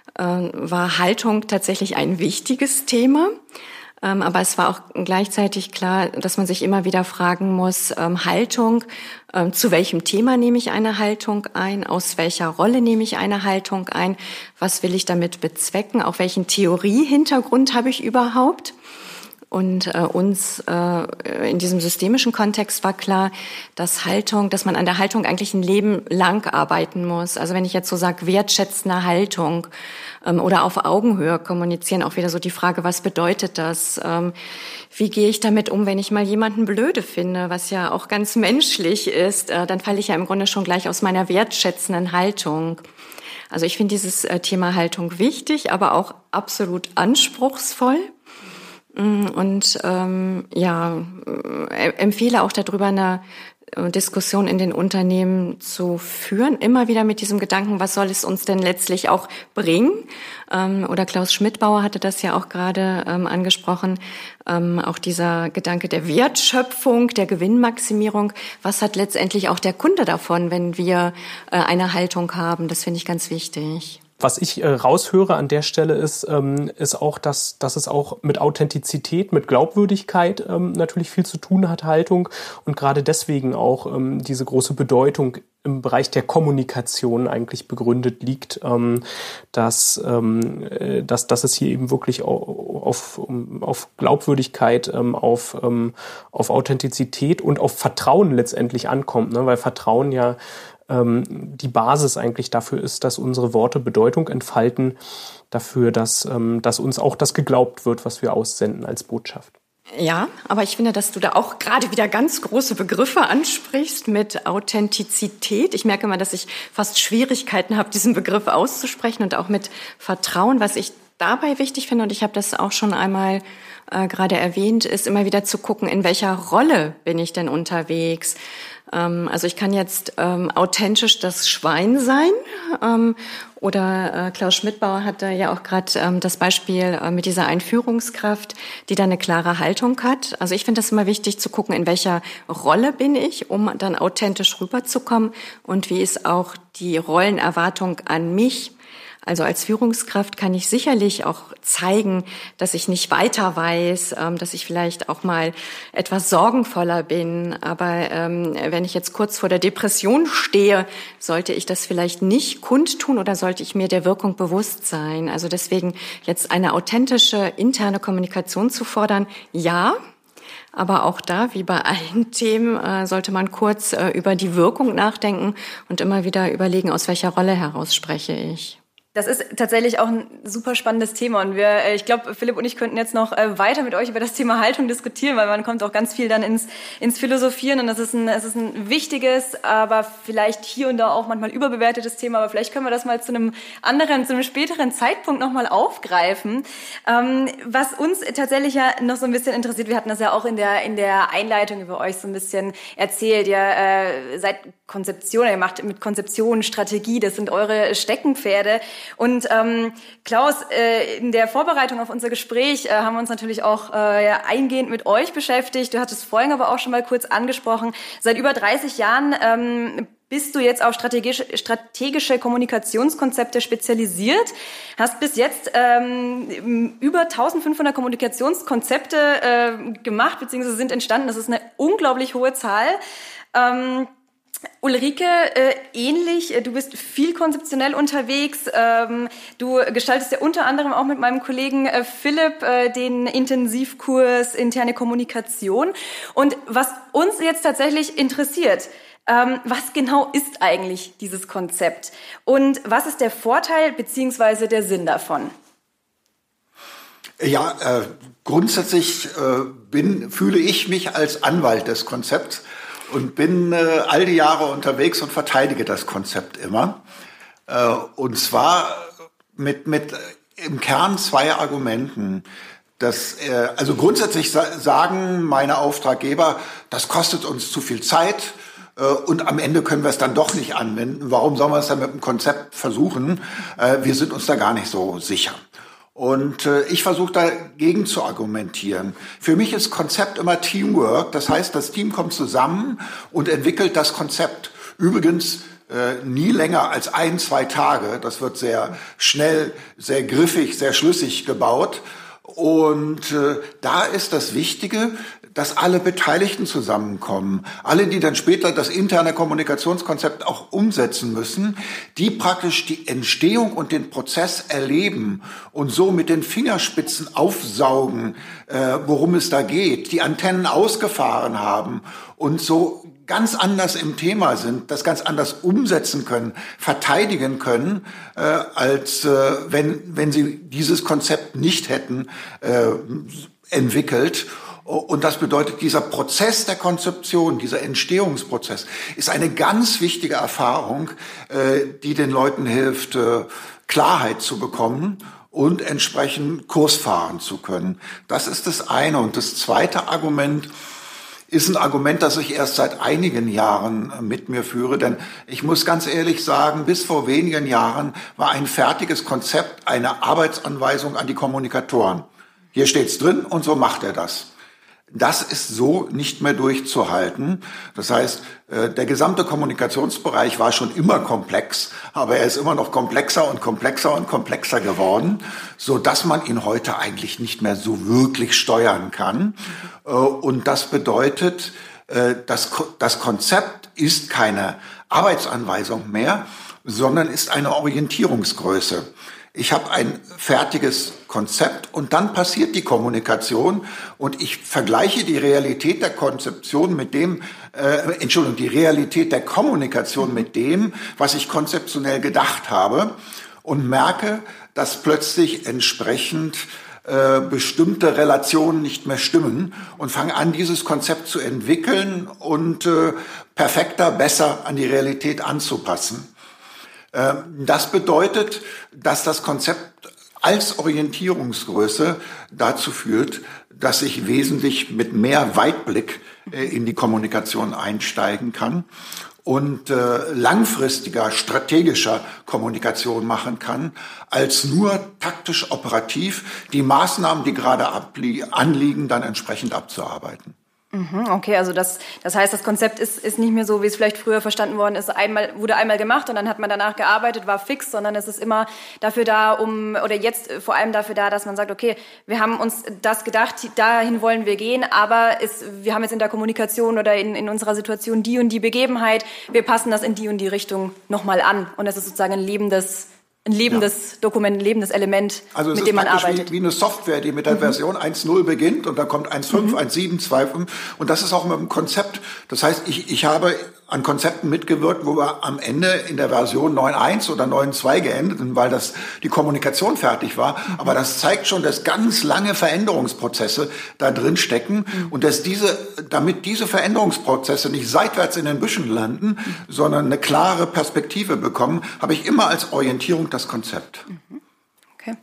war Haltung tatsächlich ein wichtiges Thema. Aber es war auch gleichzeitig klar, dass man sich immer wieder fragen muss, Haltung, zu welchem Thema nehme ich eine Haltung ein, aus welcher Rolle nehme ich eine Haltung ein, was will ich damit bezwecken, auch welchen Theoriehintergrund habe ich überhaupt. Und uns in diesem systemischen Kontext war klar, dass man an der Haltung eigentlich ein Leben lang arbeiten muss. Also wenn ich jetzt so sage, wertschätzende Haltung oder auf Augenhöhe kommunizieren, auch wieder so die Frage, was bedeutet das? Wie gehe ich damit um, wenn ich mal jemanden blöde finde, was ja auch ganz menschlich ist? Dann falle ich ja im Grunde schon gleich aus meiner wertschätzenden Haltung. Also ich finde dieses Thema Haltung wichtig, aber auch absolut anspruchsvoll. Und empfehle auch darüber eine Diskussion in den Unternehmen zu führen, immer wieder mit diesem Gedanken, was soll es uns denn letztlich auch bringen? Oder Klaus Schmidbauer hatte das ja auch gerade angesprochen, auch dieser Gedanke der Wertschöpfung, der Gewinnmaximierung. Was hat letztendlich auch der Kunde davon, wenn wir eine Haltung haben? Das finde ich ganz wichtig. Was ich raushöre an der Stelle ist auch, dass es auch mit Authentizität, mit Glaubwürdigkeit natürlich viel zu tun hat, Haltung. Und gerade deswegen auch diese große Bedeutung im Bereich der Kommunikation eigentlich begründet liegt, dass es hier eben wirklich auf Glaubwürdigkeit, auf Authentizität und auf Vertrauen letztendlich ankommt, ne? Weil Vertrauen ja die Basis eigentlich dafür ist, dass unsere Worte Bedeutung entfalten, dafür, dass uns auch das geglaubt wird, was wir aussenden als Botschaft. Ja, aber ich finde, dass du da auch gerade wieder ganz große Begriffe ansprichst mit Authentizität. Ich merke mal, dass ich fast Schwierigkeiten habe, diesen Begriff auszusprechen und auch mit Vertrauen. Was ich dabei wichtig finde, und ich habe das auch schon einmal gerade erwähnt, ist immer wieder zu gucken, in welcher Rolle bin ich denn unterwegs. Also ich kann jetzt authentisch das Schwein sein oder Klaus Schmidbauer hatte ja auch gerade das Beispiel mit dieser Einführungskraft, die dann eine klare Haltung hat. Also ich finde das immer wichtig zu gucken, in welcher Rolle bin ich, um dann authentisch rüberzukommen und wie ist auch die Rollenerwartung an mich. Also als Führungskraft kann ich sicherlich auch zeigen, dass ich nicht weiter weiß, dass ich vielleicht auch mal etwas sorgenvoller bin. Aber wenn ich jetzt kurz vor der Depression stehe, sollte ich das vielleicht nicht kundtun oder sollte ich mir der Wirkung bewusst sein? Also deswegen jetzt eine authentische interne Kommunikation zu fordern, ja. Aber auch da, wie bei allen Themen, sollte man kurz über die Wirkung nachdenken und immer wieder überlegen, aus welcher Rolle heraus spreche ich. Das ist tatsächlich auch ein super spannendes Thema und ich glaube, Philipp und ich könnten jetzt noch weiter mit euch über das Thema Haltung diskutieren, weil man kommt auch ganz viel dann ins Philosophieren und es ist ein wichtiges, aber vielleicht hier und da auch manchmal überbewertetes Thema, aber vielleicht können wir das mal zu einem späteren Zeitpunkt nochmal aufgreifen. Was uns tatsächlich ja noch so ein bisschen interessiert, wir hatten das ja auch in der Einleitung über euch so ein bisschen erzählt, ihr seid Konzeption, ihr macht mit Konzeption, Strategie, das sind eure Steckenpferde. Und Klaus, in der Vorbereitung auf unser Gespräch haben wir uns natürlich auch eingehend mit euch beschäftigt. Du hattest vorhin aber auch schon mal kurz angesprochen. Seit über 30 Jahren bist du jetzt auf strategische Kommunikationskonzepte spezialisiert, hast bis jetzt über 1500 Kommunikationskonzepte gemacht, beziehungsweise sind entstanden. Das ist eine unglaublich hohe Zahl. Ulrike, ähnlich, du bist viel konzeptionell unterwegs. Du gestaltest ja unter anderem auch mit meinem Kollegen Philipp den Intensivkurs Interne Kommunikation. Und was uns jetzt tatsächlich interessiert, was genau ist eigentlich dieses Konzept? Und was ist der Vorteil bzw. der Sinn davon? Ja, grundsätzlich fühle ich mich als Anwalt des Konzepts und bin all die Jahre unterwegs und verteidige das Konzept immer. Und zwar mit im Kern 2 Argumenten. Also grundsätzlich sagen meine Auftraggeber, das kostet uns zu viel Zeit und am Ende können wir es dann doch nicht anwenden. Warum sollen wir es dann mit dem Konzept versuchen? Wir sind uns da gar nicht so sicher. Und ich versuche dagegen zu argumentieren. Für mich ist Konzept immer Teamwork. Das heißt, das Team kommt zusammen und entwickelt das Konzept. Übrigens nie länger als 1-2 Tage. Das wird sehr schnell, sehr griffig, sehr schlüssig gebaut. Und da ist das Wichtige, dass alle Beteiligten zusammenkommen. Alle, die dann später das interne Kommunikationskonzept auch umsetzen müssen, die praktisch die Entstehung und den Prozess erleben und so mit den Fingerspitzen aufsaugen, worum es da geht, die Antennen ausgefahren haben und so ganz anders im Thema sind, das ganz anders umsetzen können, verteidigen können, als wenn sie dieses Konzept nicht hätten entwickelt. Und das bedeutet, dieser Prozess der Konzeption, dieser Entstehungsprozess ist eine ganz wichtige Erfahrung, die den Leuten hilft, Klarheit zu bekommen und entsprechend Kurs fahren zu können. Das ist das eine. Und das zweite Argument ist ein Argument, das ich erst seit einigen Jahren mit mir führe. Denn ich muss ganz ehrlich sagen, bis vor wenigen Jahren war ein fertiges Konzept eine Arbeitsanweisung an die Kommunikatoren. Hier steht's drin und so macht er das. Das ist so nicht mehr durchzuhalten. Das heißt, der gesamte Kommunikationsbereich war schon immer komplex, aber er ist immer noch komplexer und komplexer und komplexer geworden, so dass man ihn heute eigentlich nicht mehr so wirklich steuern kann. Und das bedeutet, das Konzept ist keine Arbeitsanweisung mehr, sondern ist eine Orientierungsgröße. Ich habe ein fertiges Konzept und dann passiert die Kommunikation und ich vergleiche die Realität der Konzeption mit dem, die Realität der Kommunikation mit dem, was ich konzeptionell gedacht habe und merke, dass plötzlich entsprechend bestimmte Relationen nicht mehr stimmen und fange an, dieses Konzept zu entwickeln und perfekter, besser an die Realität anzupassen. Das bedeutet, dass das Konzept als Orientierungsgröße dazu führt, dass ich wesentlich mit mehr Weitblick in die Kommunikation einsteigen kann und langfristiger, strategischer Kommunikation machen kann, als nur taktisch operativ die Maßnahmen, die gerade anliegen, dann entsprechend abzuarbeiten. Okay, also das heißt, das Konzept ist nicht mehr so, wie es vielleicht früher verstanden worden ist, wurde einmal gemacht und dann hat man danach gearbeitet, war fix, sondern es ist immer dafür da, oder jetzt vor allem dafür da, dass man sagt, okay, wir haben uns das gedacht, dahin wollen wir gehen, aber wir haben jetzt in der Kommunikation oder in unserer Situation die und die Begebenheit, wir passen das in die und die Richtung nochmal an und es ist sozusagen ein lebendes Dokument, ein lebendes Element, also mit dem man arbeitet. Also es ist wie eine Software, die mit der Version 1.0 beginnt und dann kommt 1.5, 1.7, 2.5 und das ist auch mit dem Konzept. Das heißt, ich habe an Konzepten mitgewirkt, wo wir am Ende in der Version 9.1 oder 9.2 geendet sind, weil die Kommunikation fertig war. Aber das zeigt schon, dass ganz lange Veränderungsprozesse da drin stecken und dass damit diese Veränderungsprozesse nicht seitwärts in den Büschen landen, sondern eine klare Perspektive bekommen, habe ich immer als Orientierung das Konzept. Okay.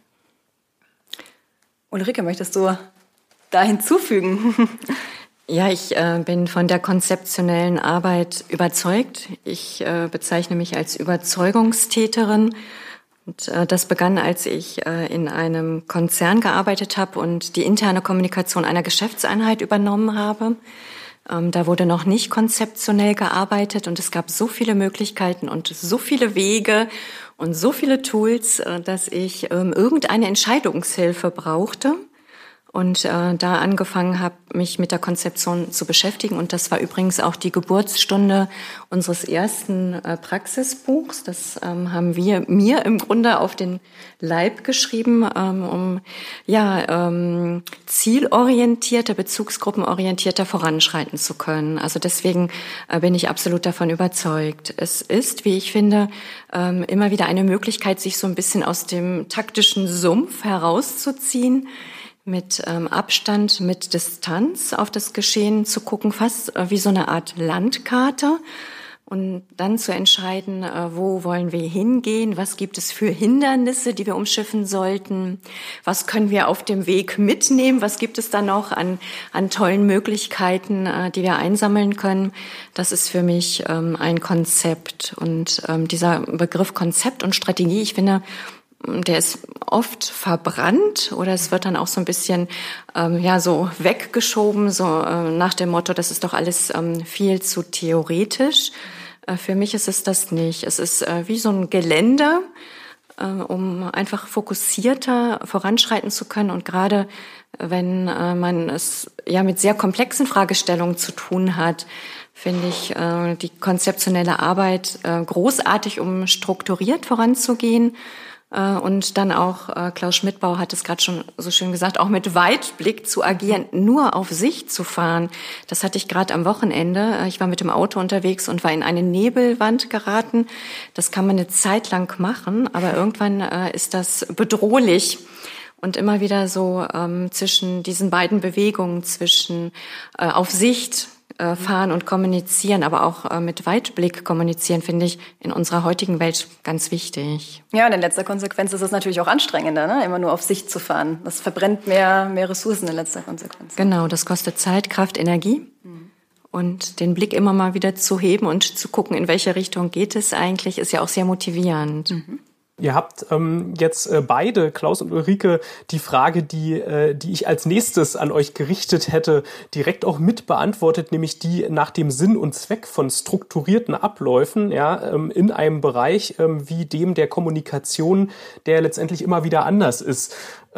Ulrike, möchtest du da hinzufügen? Ja, ich bin von der konzeptionellen Arbeit überzeugt. Ich bezeichne mich als Überzeugungstäterin. Und das begann, als ich in einem Konzern gearbeitet habe und die interne Kommunikation einer Geschäftseinheit übernommen habe. Da wurde noch nicht konzeptionell gearbeitet und es gab so viele Möglichkeiten und so viele Wege und so viele Tools, dass ich irgendeine Entscheidungshilfe brauchte. Und da angefangen habe, mich mit der Konzeption zu beschäftigen. Und das war übrigens auch die Geburtsstunde unseres ersten Praxisbuchs. Das haben wir mir im Grunde auf den Leib geschrieben, um zielorientierter, bezugsgruppenorientierter voranschreiten zu können. Also deswegen bin ich absolut davon überzeugt. Es ist, wie ich finde, immer wieder eine Möglichkeit, sich so ein bisschen aus dem taktischen Sumpf herauszuziehen, mit Abstand, mit Distanz auf das Geschehen zu gucken, fast wie so eine Art Landkarte und dann zu entscheiden, wo wollen wir hingehen, was gibt es für Hindernisse, die wir umschiffen sollten, was können wir auf dem Weg mitnehmen, was gibt es da noch an tollen Möglichkeiten, die wir einsammeln können. Das ist für mich ein Konzept und dieser Begriff Konzept und Strategie, ich finde, der ist oft verbrannt oder es wird dann auch so ein bisschen so weggeschoben, so nach dem Motto, das ist doch alles viel zu theoretisch. Für mich ist es das nicht. Es ist wie so ein Gelände, um einfach fokussierter voranschreiten zu können. Und gerade wenn man es mit sehr komplexen Fragestellungen zu tun hat, finde ich die konzeptionelle Arbeit großartig, um strukturiert voranzugehen. Und dann auch, Klaus Schmidbauer hat es gerade schon so schön gesagt, auch mit Weitblick zu agieren, nur auf sich zu fahren. Das hatte ich gerade am Wochenende. Ich war mit dem Auto unterwegs und war in eine Nebelwand geraten. Das kann man eine Zeit lang machen, aber irgendwann ist das bedrohlich. Und immer wieder so zwischen diesen beiden Bewegungen, zwischen auf Sicht fahren und kommunizieren, aber auch mit Weitblick kommunizieren, finde ich in unserer heutigen Welt ganz wichtig. Ja, und in letzter Konsequenz ist es natürlich auch anstrengender, ne? Immer nur auf Sicht zu fahren. Das verbrennt mehr Ressourcen in letzter Konsequenz. Genau, das kostet Zeit, Kraft, Energie. Und den Blick immer mal wieder zu heben und zu gucken, in welche Richtung geht es eigentlich, ist ja auch sehr motivierend. Ihr habt jetzt beide, Klaus und Ulrike, die Frage, die ich als nächstes an euch gerichtet hätte, direkt auch mit beantwortet, nämlich die nach dem Sinn und Zweck von strukturierten Abläufen, in einem Bereich wie dem der Kommunikation, der letztendlich immer wieder anders ist.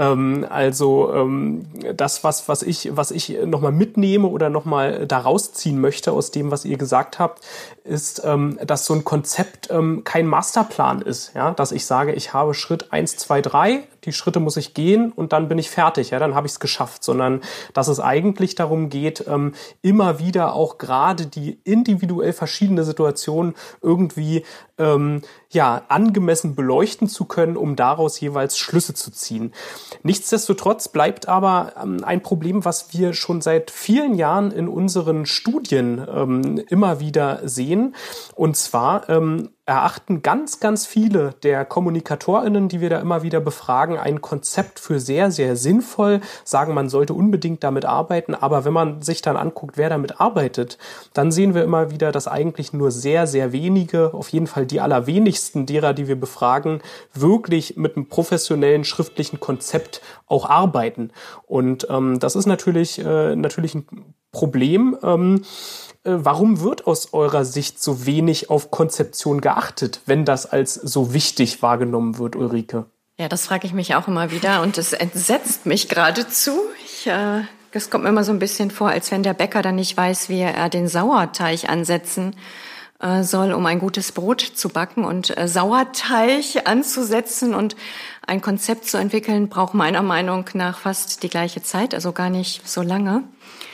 Das, was ich nochmal mitnehme oder nochmal da rausziehen möchte aus dem, was ihr gesagt habt, ist, dass so ein Konzept kein Masterplan ist, dass ich sage, ich habe Schritt 1, 2, 3, die Schritte muss ich gehen und dann bin ich fertig, dann habe ich es geschafft, sondern dass es eigentlich darum geht, immer wieder auch gerade die individuell verschiedene Situation irgendwie angemessen beleuchten zu können, um daraus jeweils Schlüsse zu ziehen. Nichtsdestotrotz bleibt aber ein Problem, was wir schon seit vielen Jahren in unseren Studien immer wieder sehen. Und zwar erachten ganz, ganz viele der KommunikatorInnen, die wir da immer wieder befragen, ein Konzept für sehr, sehr sinnvoll, sagen, man sollte unbedingt damit arbeiten. Aber wenn man sich dann anguckt, wer damit arbeitet, dann sehen wir immer wieder, dass eigentlich nur sehr, sehr wenige, auf jeden Fall die allerwenigsten derer, die wir befragen, wirklich mit einem professionellen schriftlichen Konzept auch arbeiten. Und das ist natürlich ein Problem. Warum wird aus eurer Sicht so wenig auf Konzeption geachtet, wenn das als so wichtig wahrgenommen wird, Ulrike? Ja, das frage ich mich auch immer wieder und es entsetzt mich geradezu. Das kommt mir immer so ein bisschen vor, als wenn der Bäcker dann nicht weiß, wie er den Sauerteig ansetzen soll, um ein gutes Brot zu backen. Und Sauerteig anzusetzen und ein Konzept zu entwickeln, braucht meiner Meinung nach fast die gleiche Zeit, also gar nicht so lange.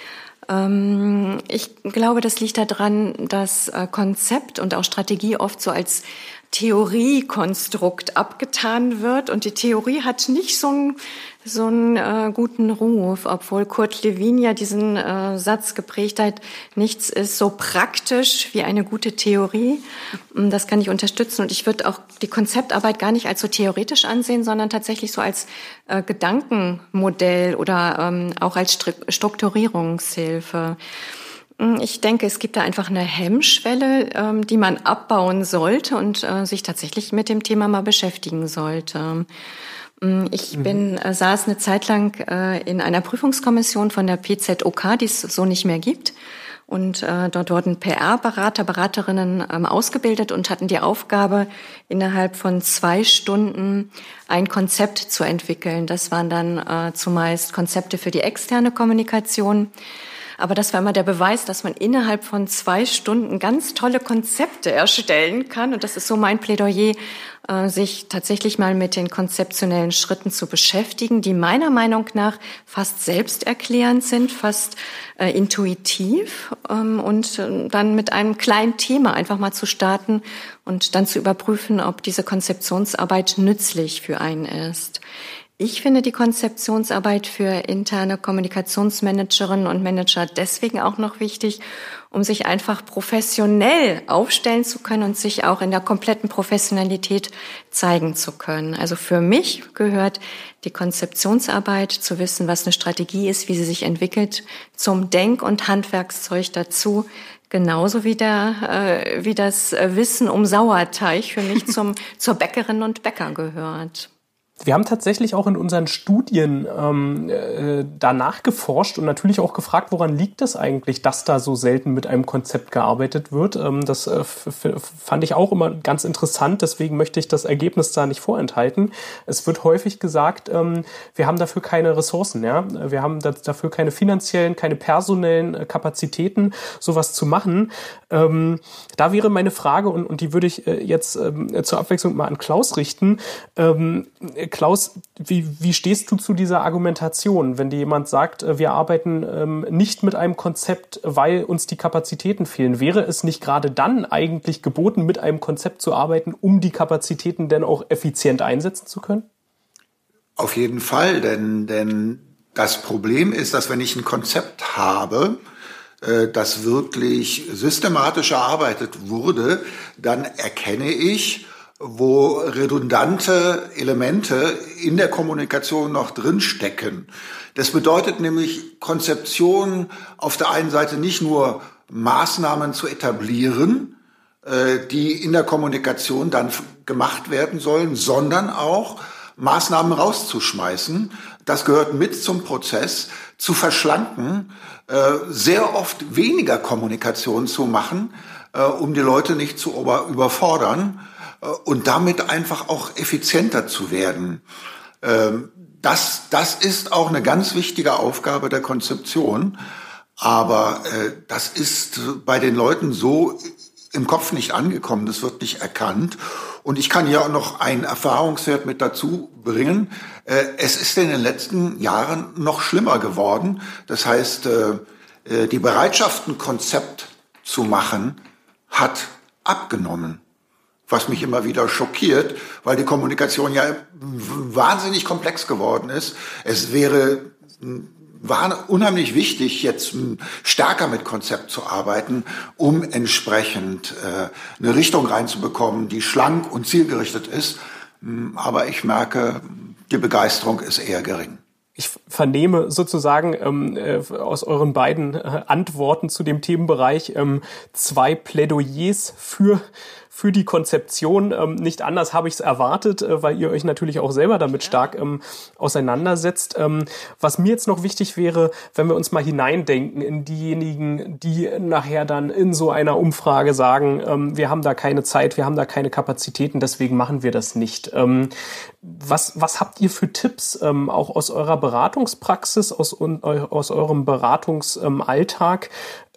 Ich glaube, das liegt daran, dass Konzept und auch Strategie oft so als Theoriekonstrukt abgetan wird. Und die Theorie hat nicht so einen guten Ruf, obwohl Kurt Lewin ja diesen Satz geprägt hat, nichts ist so praktisch wie eine gute Theorie. Das kann ich unterstützen. Und ich würde auch die Konzeptarbeit gar nicht als so theoretisch ansehen, sondern tatsächlich so als Gedankenmodell oder auch als Strukturierungshilfe. Ich denke, es gibt da einfach eine Hemmschwelle, die man abbauen sollte und sich tatsächlich mit dem Thema mal beschäftigen sollte. Ich saß eine Zeit lang in einer Prüfungskommission von der PZOK, die es so nicht mehr gibt. Und dort wurden PR-Berater, Beraterinnen ausgebildet und hatten die Aufgabe, innerhalb von 2 Stunden ein Konzept zu entwickeln. Das waren dann zumeist Konzepte für die externe Kommunikation. Aber das war immer der Beweis, dass man innerhalb von 2 Stunden ganz tolle Konzepte erstellen kann. Und das ist so mein Plädoyer, sich tatsächlich mal mit den konzeptionellen Schritten zu beschäftigen, die meiner Meinung nach fast selbsterklärend sind, fast intuitiv. Und dann mit einem kleinen Thema einfach mal zu starten und dann zu überprüfen, ob diese Konzeptionsarbeit nützlich für einen ist. Ich finde die Konzeptionsarbeit für interne Kommunikationsmanagerinnen und Manager deswegen auch noch wichtig, um sich einfach professionell aufstellen zu können und sich auch in der kompletten Professionalität zeigen zu können. Also für mich gehört die Konzeptionsarbeit, zu wissen, was eine Strategie ist, wie sie sich entwickelt, zum Denk- und Handwerkszeug dazu. Genauso wie das Wissen um Sauerteig für mich zur Bäckerin und Bäcker gehört. Wir haben tatsächlich auch in unseren Studien danach geforscht und natürlich auch gefragt, woran liegt es eigentlich, dass da so selten mit einem Konzept gearbeitet wird. Das fand ich auch immer ganz interessant, deswegen möchte ich das Ergebnis da nicht vorenthalten. Es wird häufig gesagt, wir haben dafür keine Ressourcen, ja, wir haben dafür keine finanziellen, keine personellen Kapazitäten, sowas zu machen. Da wäre meine Frage, und die würde ich jetzt zur Abwechslung mal an Klaus richten. Klaus, wie stehst du zu dieser Argumentation, wenn dir jemand sagt, wir arbeiten nicht mit einem Konzept, weil uns die Kapazitäten fehlen? Wäre es nicht gerade dann eigentlich geboten, mit einem Konzept zu arbeiten, um die Kapazitäten denn auch effizient einsetzen zu können? Auf jeden Fall, denn das Problem ist, dass wenn ich ein Konzept habe, das wirklich systematisch erarbeitet wurde, dann erkenne ich, wo redundante Elemente in der Kommunikation noch drinstecken. Das bedeutet nämlich, Konzeption auf der einen Seite nicht nur Maßnahmen zu etablieren, die in der Kommunikation dann gemacht werden sollen, sondern auch Maßnahmen rauszuschmeißen. Das gehört mit zum Prozess, zu verschlanken, sehr oft weniger Kommunikation zu machen, um die Leute nicht zu überfordern und damit einfach auch effizienter zu werden. Das ist auch eine ganz wichtige Aufgabe der Konzeption, aber das ist bei den Leuten so im Kopf nicht angekommen, das wird nicht erkannt. Und ich kann ja auch noch einen Erfahrungswert mit dazu bringen. Es ist in den letzten Jahren noch schlimmer geworden. Das heißt, die Bereitschaft, ein Konzept zu machen, hat abgenommen. Was mich immer wieder schockiert, weil die Kommunikation ja wahnsinnig komplex geworden ist. Es wäre war unheimlich wichtig, jetzt stärker mit Konzept zu arbeiten, um entsprechend eine Richtung reinzubekommen, die schlank und zielgerichtet ist. Aber ich merke, die Begeisterung ist eher gering. Ich vernehme sozusagen aus euren beiden Antworten zu dem Themenbereich 2 Plädoyers für die Konzeption. Nicht anders habe ich es erwartet, weil ihr euch natürlich auch selber damit stark auseinandersetzt. Was mir jetzt noch wichtig wäre, wenn wir uns mal hineindenken in diejenigen, die nachher dann in so einer Umfrage sagen, wir haben da keine Zeit, wir haben da keine Kapazitäten, deswegen machen wir das nicht. Was habt ihr für Tipps auch aus eurer Beratungspraxis, aus eurem Beratungsalltag,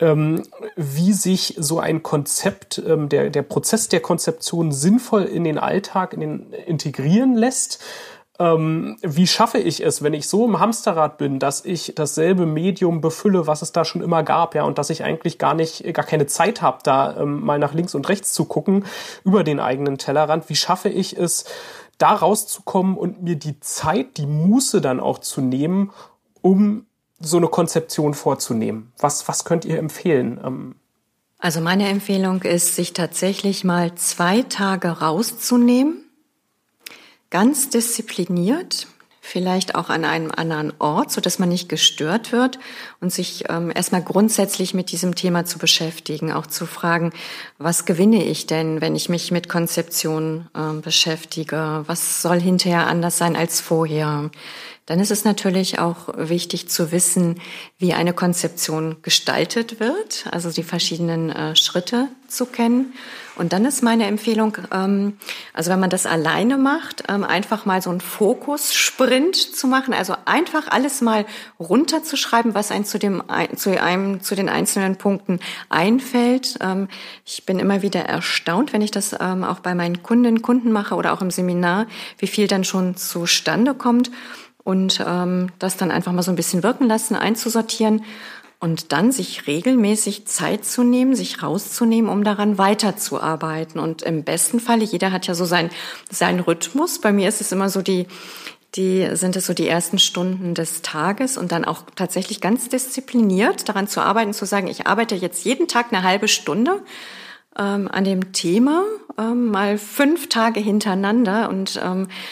wie sich so ein Konzept, der Prozess der Konzeption sinnvoll in den Alltag integrieren lässt? Wie schaffe ich es, wenn ich so im Hamsterrad bin, dass ich dasselbe Medium befülle, was es da schon immer gab, ja, und dass ich eigentlich gar keine Zeit habe, da mal nach links und rechts zu gucken über den eigenen Tellerrand? Wie schaffe ich es, da rauszukommen und mir die Zeit, die Muße dann auch zu nehmen, um so eine Konzeption vorzunehmen? Was könnt ihr empfehlen? Also meine Empfehlung ist, sich tatsächlich mal 2 Tage rauszunehmen, ganz diszipliniert, vielleicht auch an einem anderen Ort, sodass man nicht gestört wird und sich erstmal grundsätzlich mit diesem Thema zu beschäftigen, auch zu fragen, was gewinne ich denn, wenn ich mich mit Konzeption beschäftige? Was soll hinterher anders sein als vorher? Dann ist es natürlich auch wichtig zu wissen, wie eine Konzeption gestaltet wird, also die verschiedenen Schritte zu kennen. Und dann ist meine Empfehlung, also wenn man das alleine macht, einfach mal so einen Fokus-Sprint zu machen, also einfach alles mal runterzuschreiben, was einem zu den einzelnen Punkten einfällt. Ich bin immer wieder erstaunt, wenn ich das auch bei meinen Kunden mache oder auch im Seminar, wie viel dann schon zustande kommt. Und das dann einfach mal so ein bisschen wirken lassen, einzusortieren und dann sich regelmäßig Zeit zu nehmen, sich rauszunehmen, um daran weiterzuarbeiten. Und im besten Falle, jeder hat ja so seinen Rhythmus. Bei mir ist es immer so sind es so die ersten Stunden des Tages und dann auch tatsächlich ganz diszipliniert daran zu arbeiten, zu sagen, ich arbeite jetzt jeden Tag eine halbe Stunde an dem Thema, mal 5 Tage hintereinander und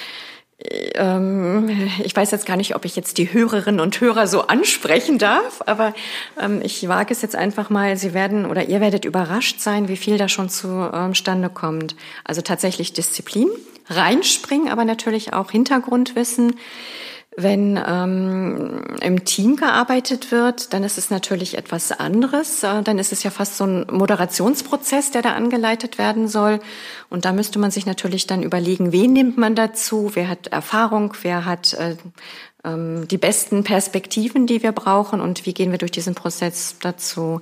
ich weiß jetzt gar nicht, ob ich jetzt die Hörerinnen und Hörer so ansprechen darf, aber ich wage es jetzt einfach mal, ihr werdet überrascht sein, wie viel da schon zustande kommt. Also tatsächlich Disziplin, reinspringen, aber natürlich auch Hintergrundwissen. Wenn im Team gearbeitet wird, dann ist es natürlich etwas anderes. Dann ist es ja fast so ein Moderationsprozess, der da angeleitet werden soll. Und da müsste man sich natürlich dann überlegen, wen nimmt man dazu, wer hat Erfahrung, wer hat die besten Perspektiven, die wir brauchen und wie gehen wir durch diesen Prozess dazu.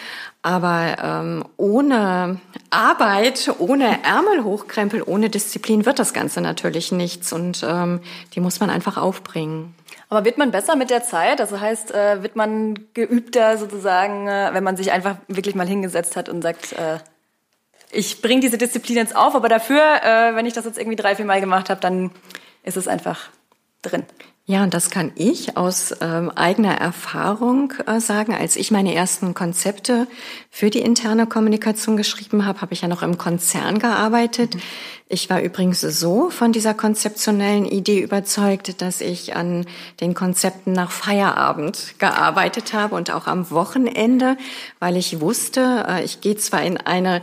Aber ohne Arbeit, ohne Ärmel hochkrempeln, ohne Disziplin wird das Ganze natürlich nichts. Und die muss man einfach aufbringen. Aber wird man besser mit der Zeit? Also heißt, wird man geübter sozusagen, wenn man sich einfach wirklich mal hingesetzt hat und sagt, ich bringe diese Disziplin jetzt auf, aber dafür, wenn ich das jetzt irgendwie 3-4 Mal gemacht habe, dann ist es einfach drin. Ja, und das kann ich aus eigener Erfahrung sagen. Als ich meine ersten Konzepte für die interne Kommunikation geschrieben habe, habe ich ja noch im Konzern gearbeitet. Ich war übrigens so von dieser konzeptionellen Idee überzeugt, dass ich an den Konzepten nach Feierabend gearbeitet habe und auch am Wochenende, weil ich wusste, ich gehe zwar in eine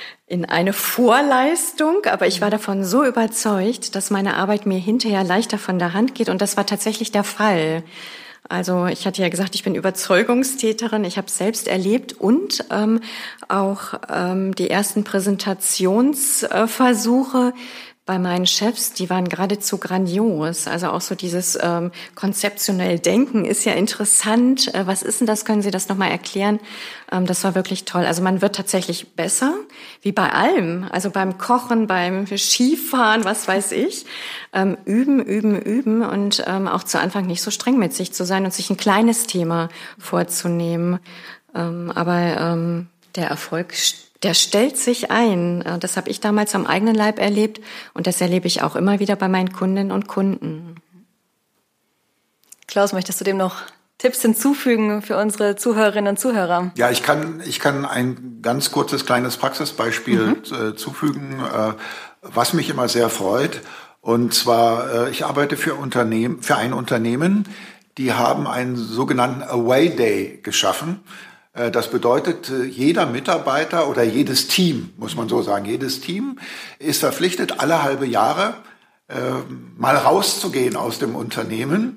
Vorleistung, aber ich war davon so überzeugt, dass meine Arbeit mir hinterher leichter von der Hand geht und das war tatsächlich der Fall. Also ich hatte ja gesagt, ich bin Überzeugungstäterin, ich habe es selbst erlebt und auch die ersten Präsentationsversuche bei meinen Chefs, die waren geradezu grandios. Also auch so dieses konzeptionell Denken ist ja interessant. Was ist denn das? Können Sie das nochmal erklären? Das war wirklich toll. Also man wird tatsächlich besser, wie bei allem. Also beim Kochen, beim Skifahren, was weiß ich. Üben und auch zu Anfang nicht so streng mit sich zu sein und sich ein kleines Thema vorzunehmen. Aber der Erfolg der stellt sich ein. Das habe ich damals am eigenen Leib erlebt und das erlebe ich auch immer wieder bei meinen Kundinnen und Kunden. Klaus, möchtest du dem noch Tipps hinzufügen für unsere Zuhörerinnen und Zuhörer? Ja, ich kann ein ganz kurzes kleines Praxisbeispiel zufügen, was mich immer sehr freut. Und zwar, ich arbeite für ein Unternehmen, die haben einen sogenannten Away Day geschaffen. Das bedeutet, jeder Mitarbeiter oder jedes Team, muss man so sagen, jedes Team ist verpflichtet, alle halbe Jahre mal rauszugehen aus dem Unternehmen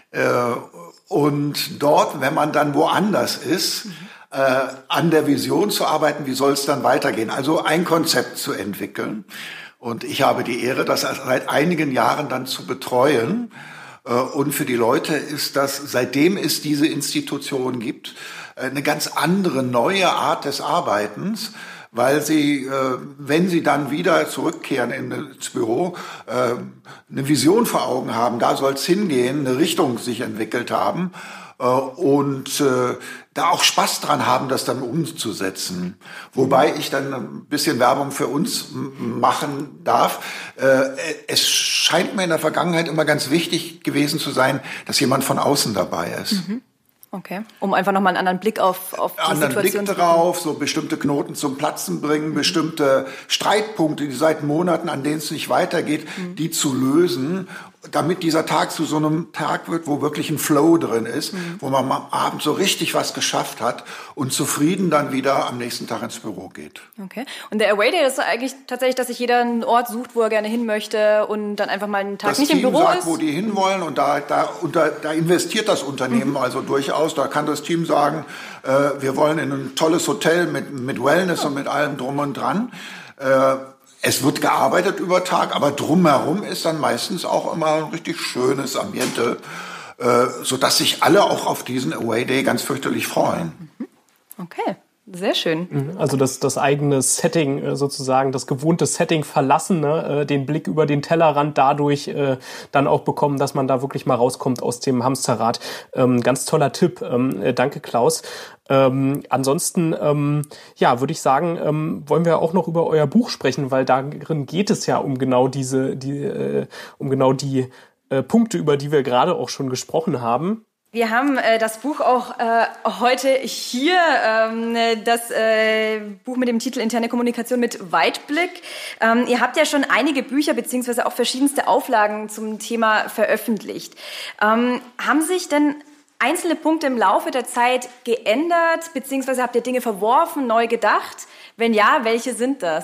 und dort, wenn man dann woanders ist, an der Vision zu arbeiten, wie soll es dann weitergehen. Also ein Konzept zu entwickeln. Und ich habe die Ehre, das seit einigen Jahren dann zu betreuen. Und für die Leute ist das, seitdem es diese Institution gibt, eine ganz andere, neue Art des Arbeitens, weil sie, wenn sie dann wieder zurückkehren ins Büro, eine Vision vor Augen haben, da soll es hingehen, eine Richtung sich entwickelt haben und da auch Spaß dran haben, das dann umzusetzen. Wobei ich dann ein bisschen Werbung für uns machen darf. Es scheint mir in der Vergangenheit immer ganz wichtig gewesen zu sein, dass jemand von außen dabei ist. Okay, um einfach nochmal einen anderen Blick auf die Situation Blick drauf, so bestimmte Knoten zum Platzen bringen, bestimmte Streitpunkte, die seit Monaten, an denen es nicht weitergeht, die zu lösen, damit dieser Tag zu so einem Tag wird, wo wirklich ein Flow drin ist, wo man am Abend so richtig was geschafft hat und zufrieden dann wieder am nächsten Tag ins Büro geht. Okay. Und der Away Day ist eigentlich tatsächlich, dass sich jeder einen Ort sucht, wo er gerne hin möchte und dann einfach mal einen Tag nicht im Büro ist? Das Team sagt, wo die hinwollen und da investiert das Unternehmen also durchaus. Da kann das Team sagen, wir wollen in ein tolles Hotel mit Wellness und mit allem drum und dran. Es wird gearbeitet über Tag, aber drumherum ist dann meistens auch immer ein richtig schönes Ambiente, sodass sich alle auch auf diesen Away Day ganz fürchterlich freuen. Okay. Sehr schön. Also das eigene Setting sozusagen, das gewohnte Setting verlassen, ne? Den Blick über den Tellerrand dadurch dann auch bekommen, dass man da wirklich mal rauskommt aus dem Hamsterrad. Ganz toller Tipp. Danke, Klaus. Ansonsten, würde ich sagen, wollen wir auch noch über euer Buch sprechen, weil darin geht es ja um genau die Punkte, über die wir gerade auch schon gesprochen haben. Wir haben das Buch auch heute hier, das Buch mit dem Titel Interne Kommunikation mit Weitblick. Ihr habt ja schon einige Bücher beziehungsweise auch verschiedenste Auflagen zum Thema veröffentlicht. Haben sich denn einzelne Punkte im Laufe der Zeit geändert, beziehungsweise habt ihr Dinge verworfen, neu gedacht? Wenn ja, welche sind das?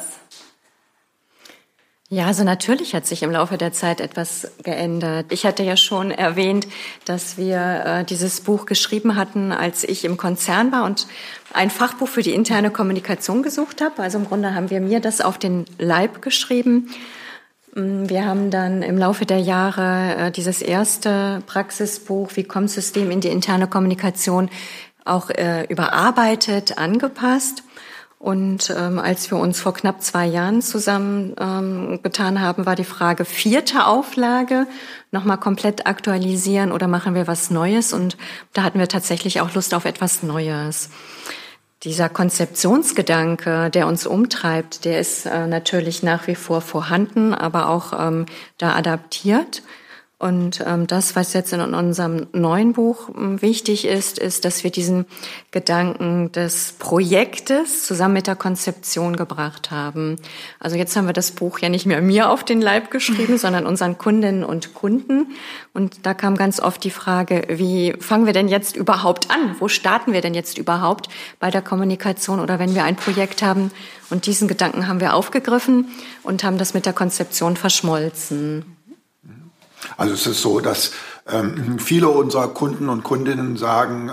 Ja, also natürlich hat sich im Laufe der Zeit etwas geändert. Ich hatte ja schon erwähnt, dass wir dieses Buch geschrieben hatten, als ich im Konzern war und ein Fachbuch für die interne Kommunikation gesucht habe. Also im Grunde haben wir mir das auf den Leib geschrieben. Wir haben dann im Laufe der Jahre dieses erste Praxisbuch, wie kommt System in die interne Kommunikation, auch überarbeitet, angepasst. Und als wir uns vor knapp 2 Jahren zusammen getan haben, war die Frage 4. Auflage, nochmal komplett aktualisieren oder machen wir was Neues? Und da hatten wir tatsächlich auch Lust auf etwas Neues. Dieser Konzeptionsgedanke, der uns umtreibt, der ist natürlich nach wie vor vorhanden, aber auch da adaptiert. Und das, was jetzt in unserem neuen Buch wichtig ist, ist, dass wir diesen Gedanken des Projektes zusammen mit der Konzeption gebracht haben. Also jetzt haben wir das Buch ja nicht mehr mir auf den Leib geschrieben, sondern unseren Kundinnen und Kunden. Und da kam ganz oft die Frage, wie fangen wir denn jetzt überhaupt an? Wo starten wir denn jetzt überhaupt bei der Kommunikation oder wenn wir ein Projekt haben? Und diesen Gedanken haben wir aufgegriffen und haben das mit der Konzeption verschmolzen. Also es ist so, dass viele unserer Kunden und Kundinnen sagen,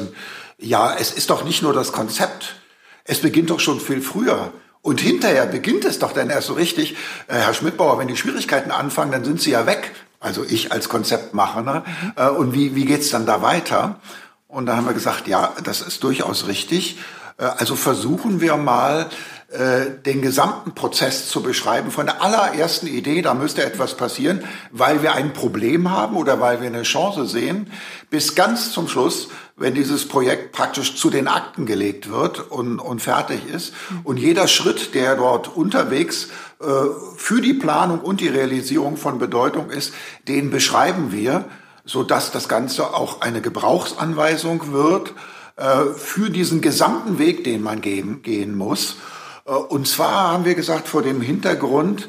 es ist doch nicht nur das Konzept, es beginnt doch schon viel früher. Und hinterher beginnt es doch dann erst so richtig. Herr Schmidbauer, wenn die Schwierigkeiten anfangen, dann sind sie ja weg. Also ich als Konzeptmacher. Ne? Und wie geht's dann da weiter? Und da haben wir gesagt, ja, das ist durchaus richtig. Also versuchen wir mal, den gesamten Prozess zu beschreiben, von der allerersten Idee, da müsste etwas passieren, weil wir ein Problem haben oder weil wir eine Chance sehen, bis ganz zum Schluss, wenn dieses Projekt praktisch zu den Akten gelegt wird und fertig ist. Und jeder Schritt, der dort unterwegs für die Planung und die Realisierung von Bedeutung ist, den beschreiben wir sodass das Ganze auch eine Gebrauchsanweisung wird für diesen gesamten Weg, den man gehen muss. Und zwar haben wir gesagt, vor dem Hintergrund,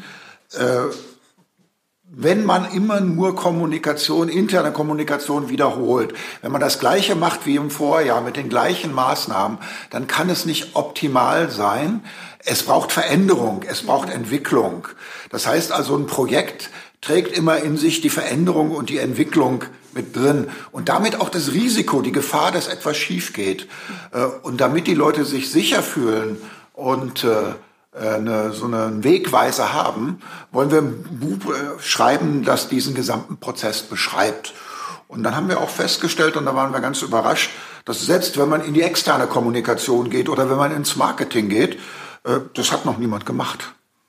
wenn man immer nur interne Kommunikation wiederholt, wenn man das Gleiche macht wie im Vorjahr mit den gleichen Maßnahmen, dann kann es nicht optimal sein. Es braucht Veränderung, es braucht Entwicklung. Das heißt also, ein Projekt trägt immer in sich die Veränderung und die Entwicklung mit drin und damit auch das Risiko, die Gefahr, dass etwas schief geht. Und damit die Leute sich sicher fühlen und so einen Wegweiser haben, wollen wir ein Buch schreiben, das diesen gesamten Prozess beschreibt. Und dann haben wir auch festgestellt, und da waren wir ganz überrascht, dass selbst wenn man in die externe Kommunikation geht oder wenn man ins Marketing geht, das hat noch niemand gemacht.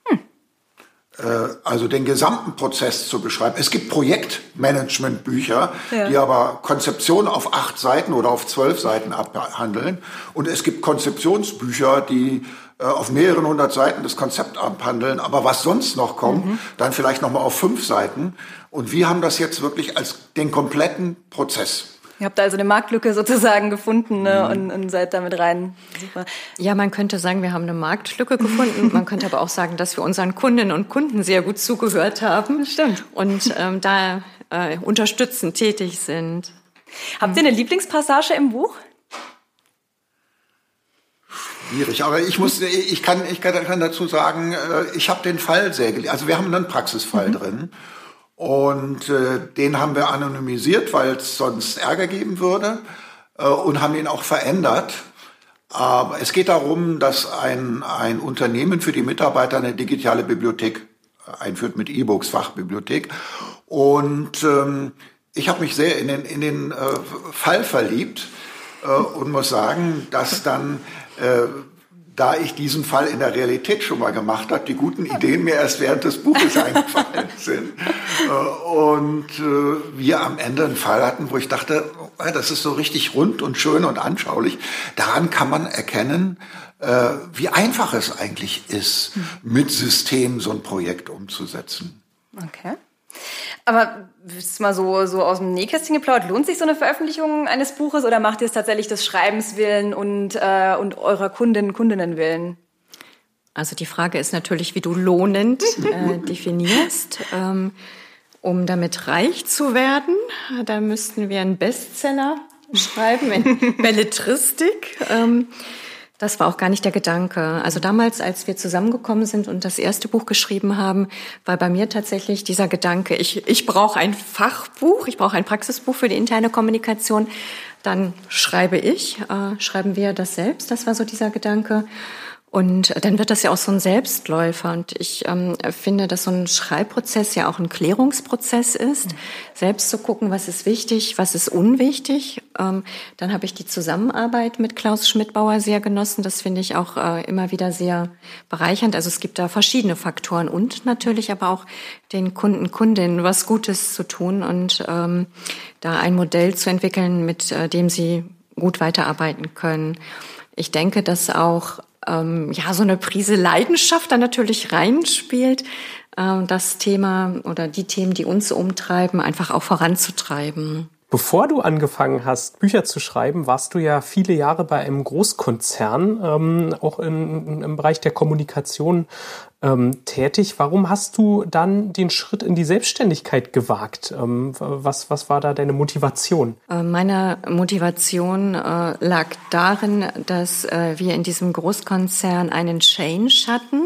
Also den gesamten Prozess zu beschreiben. Es gibt Projektmanagementbücher, die aber Konzeption auf 8 Seiten oder auf 12 Seiten abhandeln. Und es gibt Konzeptionsbücher, die auf mehreren 100 Seiten das Konzept abhandeln. Aber was sonst noch kommt, dann vielleicht nochmal auf 5 Seiten. Und wir haben das jetzt wirklich als den kompletten Prozess. Ihr habt also eine Marktlücke sozusagen gefunden, ne, und seid damit rein. Super. Ja, man könnte sagen, wir haben eine Marktlücke gefunden. Man könnte aber auch sagen, dass wir unseren Kundinnen und Kunden sehr gut zugehört haben. Stimmt. Und da unterstützend tätig sind. Habt ihr eine Lieblingspassage im Buch? Schwierig, aber ich kann dazu sagen, ich habe den Fall sehr gelesen. Also wir haben einen Praxisfall drin. Und den haben wir anonymisiert, weil es sonst Ärger geben würde, und haben ihn auch verändert. Aber es geht darum, dass ein Unternehmen für die Mitarbeiter eine digitale Bibliothek einführt mit E-Books, Fachbibliothek. Und ich habe mich sehr in den Fall verliebt und muss sagen, dass dann da ich diesen Fall in der Realität schon mal gemacht habe, die guten Ideen mir erst während des Buches eingefallen sind. Und wir am Ende einen Fall hatten, wo ich dachte, das ist so richtig rund und schön und anschaulich. Daran kann man erkennen, wie einfach es eigentlich ist, mit Systemen so ein Projekt umzusetzen. Okay. Aber ist mal so aus dem Nähkästchen geplaudert, lohnt sich so eine Veröffentlichung eines Buches oder macht ihr es tatsächlich des Schreibens willen und eurer Kundinnen willen? Also die Frage ist natürlich, wie du lohnend definierst. Um damit reich zu werden, da müssten wir einen Bestseller schreiben in Belletristik. Das war auch gar nicht der Gedanke. Also damals, als wir zusammengekommen sind und das erste Buch geschrieben haben, war bei mir tatsächlich dieser Gedanke, ich brauche ein Fachbuch, ich brauche ein Praxisbuch für die interne Kommunikation. Dann schreiben wir das selbst. Das war so dieser Gedanke. Und dann wird das ja auch so ein Selbstläufer. Und ich finde, dass so ein Schreibprozess ja auch ein Klärungsprozess ist. Selbst zu gucken, was ist wichtig, was ist unwichtig. Dann habe ich die Zusammenarbeit mit Klaus Schmidbauer sehr genossen. Das finde ich auch immer wieder sehr bereichernd. Also es gibt da verschiedene Faktoren und natürlich aber auch den Kunden, Kundinnen was Gutes zu tun und da ein Modell zu entwickeln, mit dem sie gut weiterarbeiten können. Ich denke, dass auch so eine Prise Leidenschaft da natürlich reinspielt, das Thema oder die Themen, die uns umtreiben, einfach auch voranzutreiben. Bevor du angefangen hast, Bücher zu schreiben, warst du ja viele Jahre bei einem Großkonzern, auch im Bereich der Kommunikation tätig. Warum hast du dann den Schritt in die Selbstständigkeit gewagt? Was war da deine Motivation? Meine Motivation lag darin, dass wir in diesem Großkonzern einen Change hatten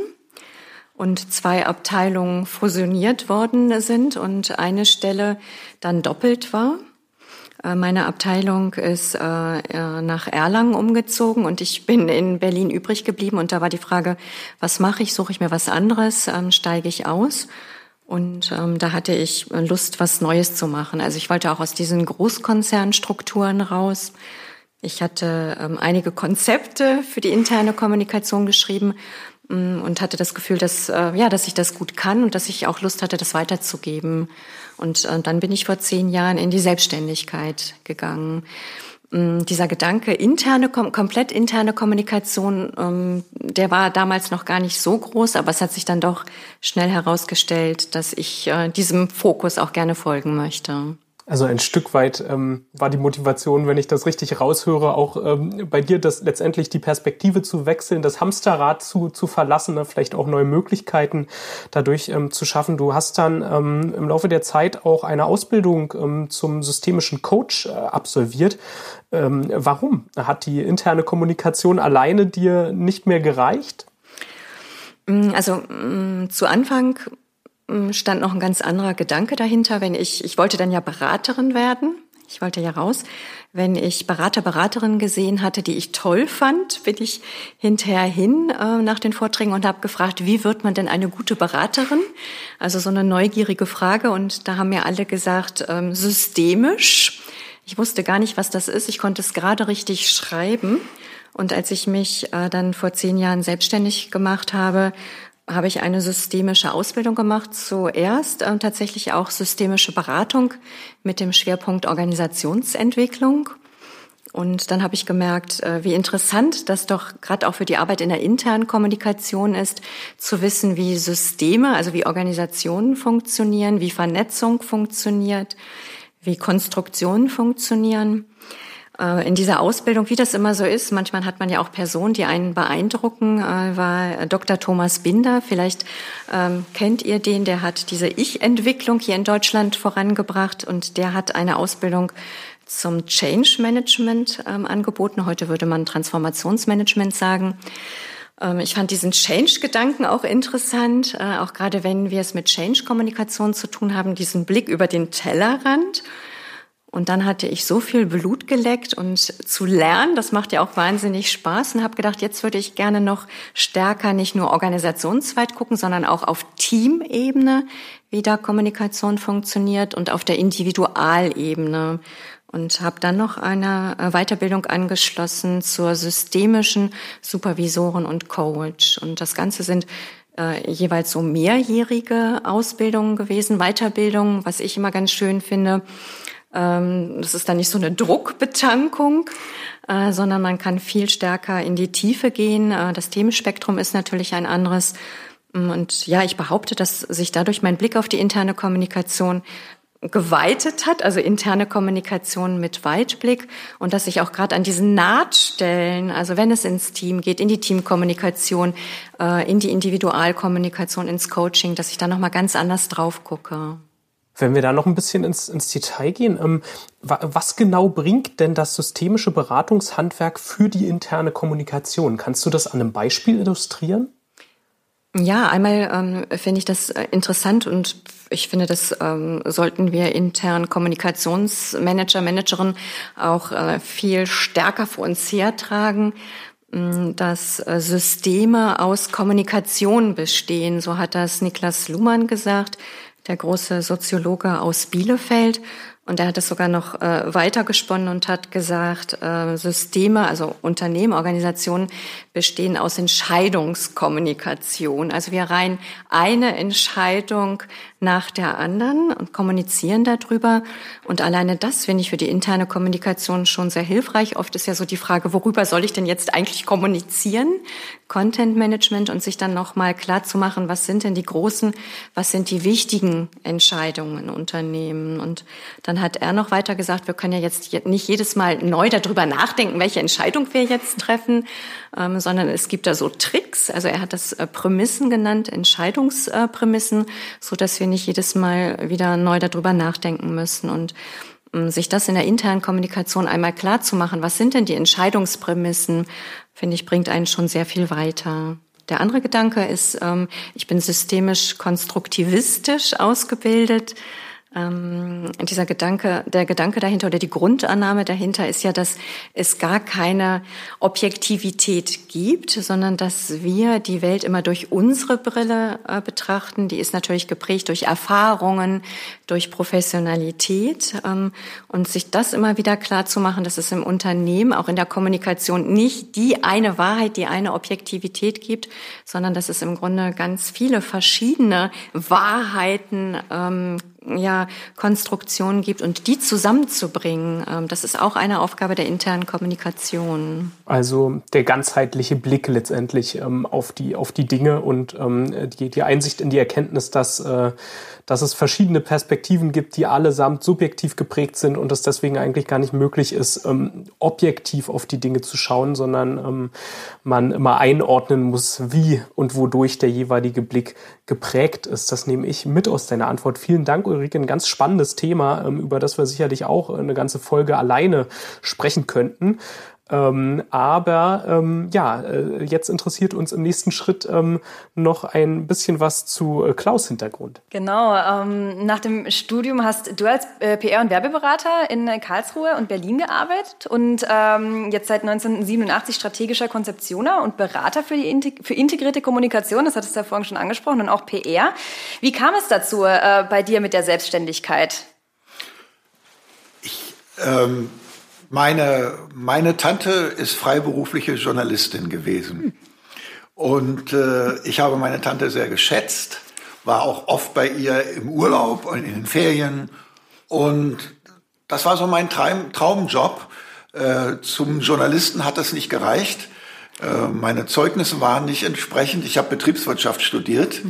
und 2 Abteilungen fusioniert worden sind und eine Stelle dann doppelt war. Meine Abteilung ist nach Erlangen umgezogen und ich bin in Berlin übrig geblieben. Und da war die Frage, was mache ich? Suche ich mir was anderes? Steige ich aus? Und da hatte ich Lust, was Neues zu machen. Also ich wollte auch aus diesen Großkonzernstrukturen raus. Ich hatte einige Konzepte für die interne Kommunikation geschrieben und hatte das Gefühl, dass ich das gut kann und dass ich auch Lust hatte, das weiterzugeben. Und dann bin ich vor 10 Jahren in die Selbstständigkeit gegangen. Dieser Gedanke, komplett interne Kommunikation, der war damals noch gar nicht so groß, aber es hat sich dann doch schnell herausgestellt, dass ich diesem Fokus auch gerne folgen möchte. Also ein Stück weit war die Motivation, wenn ich das richtig raushöre, auch bei dir, das letztendlich die Perspektive zu wechseln, das Hamsterrad zu verlassen, ne? Vielleicht auch neue Möglichkeiten dadurch zu schaffen. Du hast dann im Laufe der Zeit auch eine Ausbildung zum systemischen Coach absolviert. Warum? Hat die interne Kommunikation alleine dir nicht mehr gereicht? Also zu Anfang stand noch ein ganz anderer Gedanke dahinter. Ich wollte dann ja Beraterin werden. Ich wollte ja raus. Wenn ich Beraterin gesehen hatte, die ich toll fand, bin ich hinterher hin nach den Vorträgen und habe gefragt, wie wird man denn eine gute Beraterin? Also so eine neugierige Frage. Und da haben mir alle gesagt, systemisch. Ich wusste gar nicht, was das ist. Ich konnte es gerade richtig schreiben. Und als ich mich dann vor 10 Jahren selbstständig gemacht habe ich eine systemische Ausbildung gemacht, zuerst tatsächlich auch systemische Beratung mit dem Schwerpunkt Organisationsentwicklung. Und dann habe ich gemerkt, wie interessant das doch gerade auch für die Arbeit in der internen Kommunikation ist, zu wissen, wie Systeme, also wie Organisationen funktionieren, wie Vernetzung funktioniert, wie Konstruktionen funktionieren. In dieser Ausbildung, wie das immer so ist, manchmal hat man ja auch Personen, die einen beeindrucken, war Dr. Thomas Binder. Vielleicht kennt ihr den, der hat diese Ich-Entwicklung hier in Deutschland vorangebracht und der hat eine Ausbildung zum Change Management angeboten. Heute würde man Transformationsmanagement sagen. Ich fand diesen Change-Gedanken auch interessant, auch gerade wenn wir es mit Change-Kommunikation zu tun haben, diesen Blick über den Tellerrand. Und dann hatte ich so viel Blut geleckt und zu lernen, das macht ja auch wahnsinnig Spaß und habe gedacht, jetzt würde ich gerne noch stärker nicht nur organisationsweit gucken, sondern auch auf Teamebene, wie da Kommunikation funktioniert und auf der Individualebene. Und habe dann noch eine Weiterbildung angeschlossen zur systemischen Supervisorin und Coach. Und das Ganze sind jeweils so mehrjährige Ausbildungen gewesen, Weiterbildungen, was ich immer ganz schön finde. Das ist dann nicht so eine Druckbetankung, sondern man kann viel stärker in die Tiefe gehen. Das Themenspektrum ist natürlich ein anderes. Und ja, ich behaupte, dass sich dadurch mein Blick auf die interne Kommunikation geweitet hat, also interne Kommunikation mit Weitblick und dass ich auch gerade an diesen Nahtstellen, also wenn es ins Team geht, in die Teamkommunikation, in die Individualkommunikation, ins Coaching, dass ich da nochmal ganz anders drauf gucke. Wenn wir da noch ein bisschen ins Detail gehen, was genau bringt denn das systemische Beratungshandwerk für die interne Kommunikation? Kannst du das an einem Beispiel illustrieren? Ja, einmal finde ich das interessant und ich finde, das sollten wir intern Kommunikationsmanager, Managerinnen auch viel stärker vor uns hertragen, dass Systeme aus Kommunikation bestehen. So hat das Niklas Luhmann gesagt, der große Soziologe aus Bielefeld. Und er hat es sogar noch weitergesponnen und hat gesagt, Systeme, also Unternehmen, Organisationen bestehen aus Entscheidungskommunikation. Also wir reihen eine Entscheidung nach der anderen und kommunizieren darüber. Und alleine das finde ich für die interne Kommunikation schon sehr hilfreich. Oft ist ja so die Frage, worüber soll ich denn jetzt eigentlich kommunizieren? Content Management und sich dann nochmal klar zu machen, was sind denn die großen, was sind die wichtigen Entscheidungen in Unternehmen? Und dann hat er noch weiter gesagt, wir können ja jetzt nicht jedes Mal neu darüber nachdenken, welche Entscheidung wir jetzt treffen, sondern es gibt da so Tricks. Also er hat das Prämissen genannt, Entscheidungsprämissen, so dass wir nicht jedes Mal wieder neu darüber nachdenken müssen. Und sich das in der internen Kommunikation einmal klar zu machen, was sind denn die Entscheidungsprämissen, finde ich, bringt einen schon sehr viel weiter. Der andere Gedanke ist, ich bin systemisch konstruktivistisch ausgebildet. Der Gedanke dahinter oder die Grundannahme dahinter ist ja, dass es gar keine Objektivität gibt, sondern dass wir die Welt immer durch unsere Brille betrachten. Die ist natürlich geprägt durch Erfahrungen, durch Professionalität und sich das immer wieder klar zu machen, dass es im Unternehmen, auch in der Kommunikation nicht die eine Wahrheit, die eine Objektivität gibt, sondern dass es im Grunde ganz viele verschiedene Wahrheiten Konstruktionen gibt und die zusammenzubringen. Das ist auch eine Aufgabe der internen Kommunikation. Also der ganzheitliche Blick letztendlich auf die Dinge und die Einsicht in die Erkenntnis, dass es verschiedene Perspektiven gibt, die allesamt subjektiv geprägt sind und es deswegen eigentlich gar nicht möglich ist, objektiv auf die Dinge zu schauen, sondern man immer einordnen muss, wie und wodurch der jeweilige Blick geprägt ist. Das nehme ich mit aus deiner Antwort. Vielen Dank, Ulrike. Ein ganz spannendes Thema, über das wir sicherlich auch eine ganze Folge alleine sprechen könnten. Jetzt interessiert uns im nächsten Schritt noch ein bisschen was zu Klaus' Hintergrund. Genau, nach dem Studium hast du als PR- und Werbeberater in Karlsruhe und Berlin gearbeitet und jetzt seit 1987 strategischer Konzeptioner und Berater für integrierte Kommunikation, das hattest du ja vorhin schon angesprochen, und auch PR. Wie kam es dazu bei dir mit der Selbstständigkeit? Meine Tante ist freiberufliche Journalistin gewesen. Und ich habe meine Tante sehr geschätzt, war auch oft bei ihr im Urlaub und in den Ferien. Und das war so mein Traumjob. Zum Journalisten hat das nicht gereicht. Meine Zeugnisse waren nicht entsprechend. Ich habe Betriebswirtschaft studiert.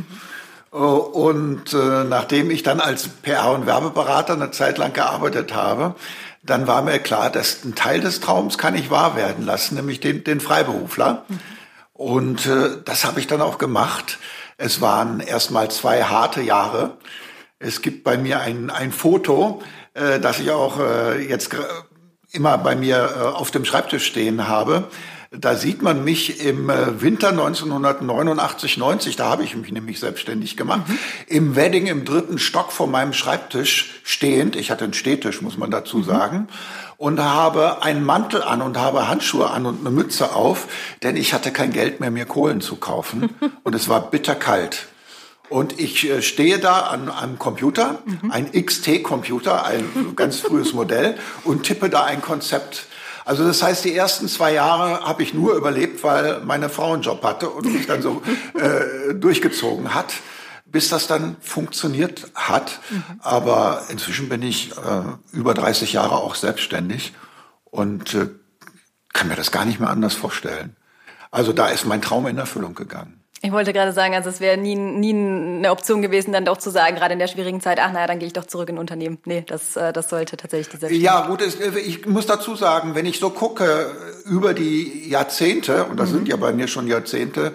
Und nachdem ich dann als PR- und Werbeberater eine Zeit lang gearbeitet habe, dann war mir klar, dass ein Teil des Traums kann ich wahr werden lassen, nämlich den Freiberufler. Und das habe ich dann auch gemacht. Es waren erstmal 2 harte Jahre. Es gibt bei mir ein Foto, das ich auch jetzt immer bei mir auf dem Schreibtisch stehen habe. Da sieht man mich im Winter 1989/90, da habe ich mich nämlich selbstständig gemacht, im Wedding im 3. Stock vor meinem Schreibtisch stehend, ich hatte einen Stehtisch, muss man dazu sagen, und habe einen Mantel an und habe Handschuhe an und eine Mütze auf, denn ich hatte kein Geld mehr, mir Kohlen zu kaufen und es war bitterkalt. Und ich stehe da an einem Computer, ein XT-Computer, ein ganz frühes Modell, und tippe da ein Konzept. Also das heißt, die ersten 2 Jahre habe ich nur überlebt, weil meine Frau einen Job hatte und mich dann so durchgezogen hat, bis das dann funktioniert hat. Aber inzwischen bin ich über 30 Jahre auch selbstständig und kann mir das gar nicht mehr anders vorstellen. Also da ist mein Traum in Erfüllung gegangen. Ich wollte gerade sagen, also es wäre nie eine Option gewesen, dann doch zu sagen, gerade in der schwierigen Zeit, dann gehe ich doch zurück in ein Unternehmen. Nee, das sollte tatsächlich die Selbstständigkeit. Ja, gut, ich muss dazu sagen, wenn ich so gucke über die Jahrzehnte, und das sind ja bei mir schon Jahrzehnte,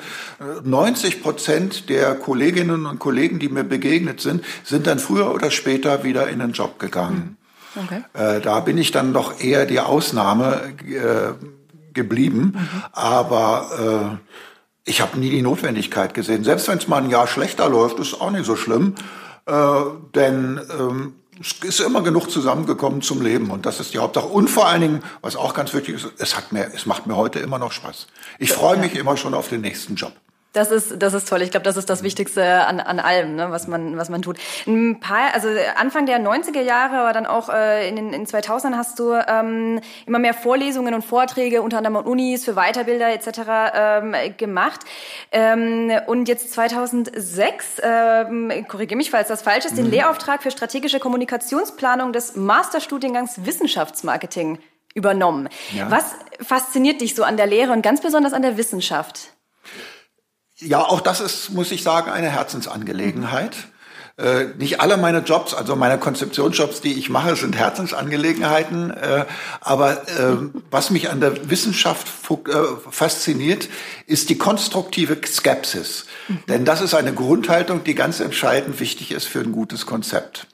90% der Kolleginnen und Kollegen, die mir begegnet sind dann früher oder später wieder in den Job gegangen. Okay. Da bin ich dann doch eher die Ausnahme geblieben, aber ich habe nie die Notwendigkeit gesehen. Selbst wenn es mal ein Jahr schlechter läuft, ist auch nicht so schlimm, denn es ist immer genug zusammengekommen zum Leben und das ist die Hauptsache. Und vor allen Dingen, was auch ganz wichtig ist, es macht mir heute immer noch Spaß. Ich freue mich immer schon auf den nächsten Job. Das ist toll. Ich glaube, das ist das Wichtigste an allem, ne, was man tut. Anfang der 90er Jahre, aber dann auch in den 2000ern hast du immer mehr Vorlesungen und Vorträge, unter anderem an Unis, für Weiterbilder etc. Gemacht. Und jetzt 2006, korrigiere mich, falls das falsch ist, den Lehrauftrag für strategische Kommunikationsplanung des Masterstudiengangs Wissenschaftsmarketing übernommen. Ja. Was fasziniert dich so an der Lehre und ganz besonders an der Wissenschaft? Ja, auch das ist, muss ich sagen, eine Herzensangelegenheit. Nicht alle meine Jobs, also meine Konzeptionsjobs, die ich mache, sind Herzensangelegenheiten. Aber was mich an der Wissenschaft fasziniert, ist die konstruktive Skepsis. Denn das ist eine Grundhaltung, die ganz entscheidend wichtig ist für ein gutes Konzept.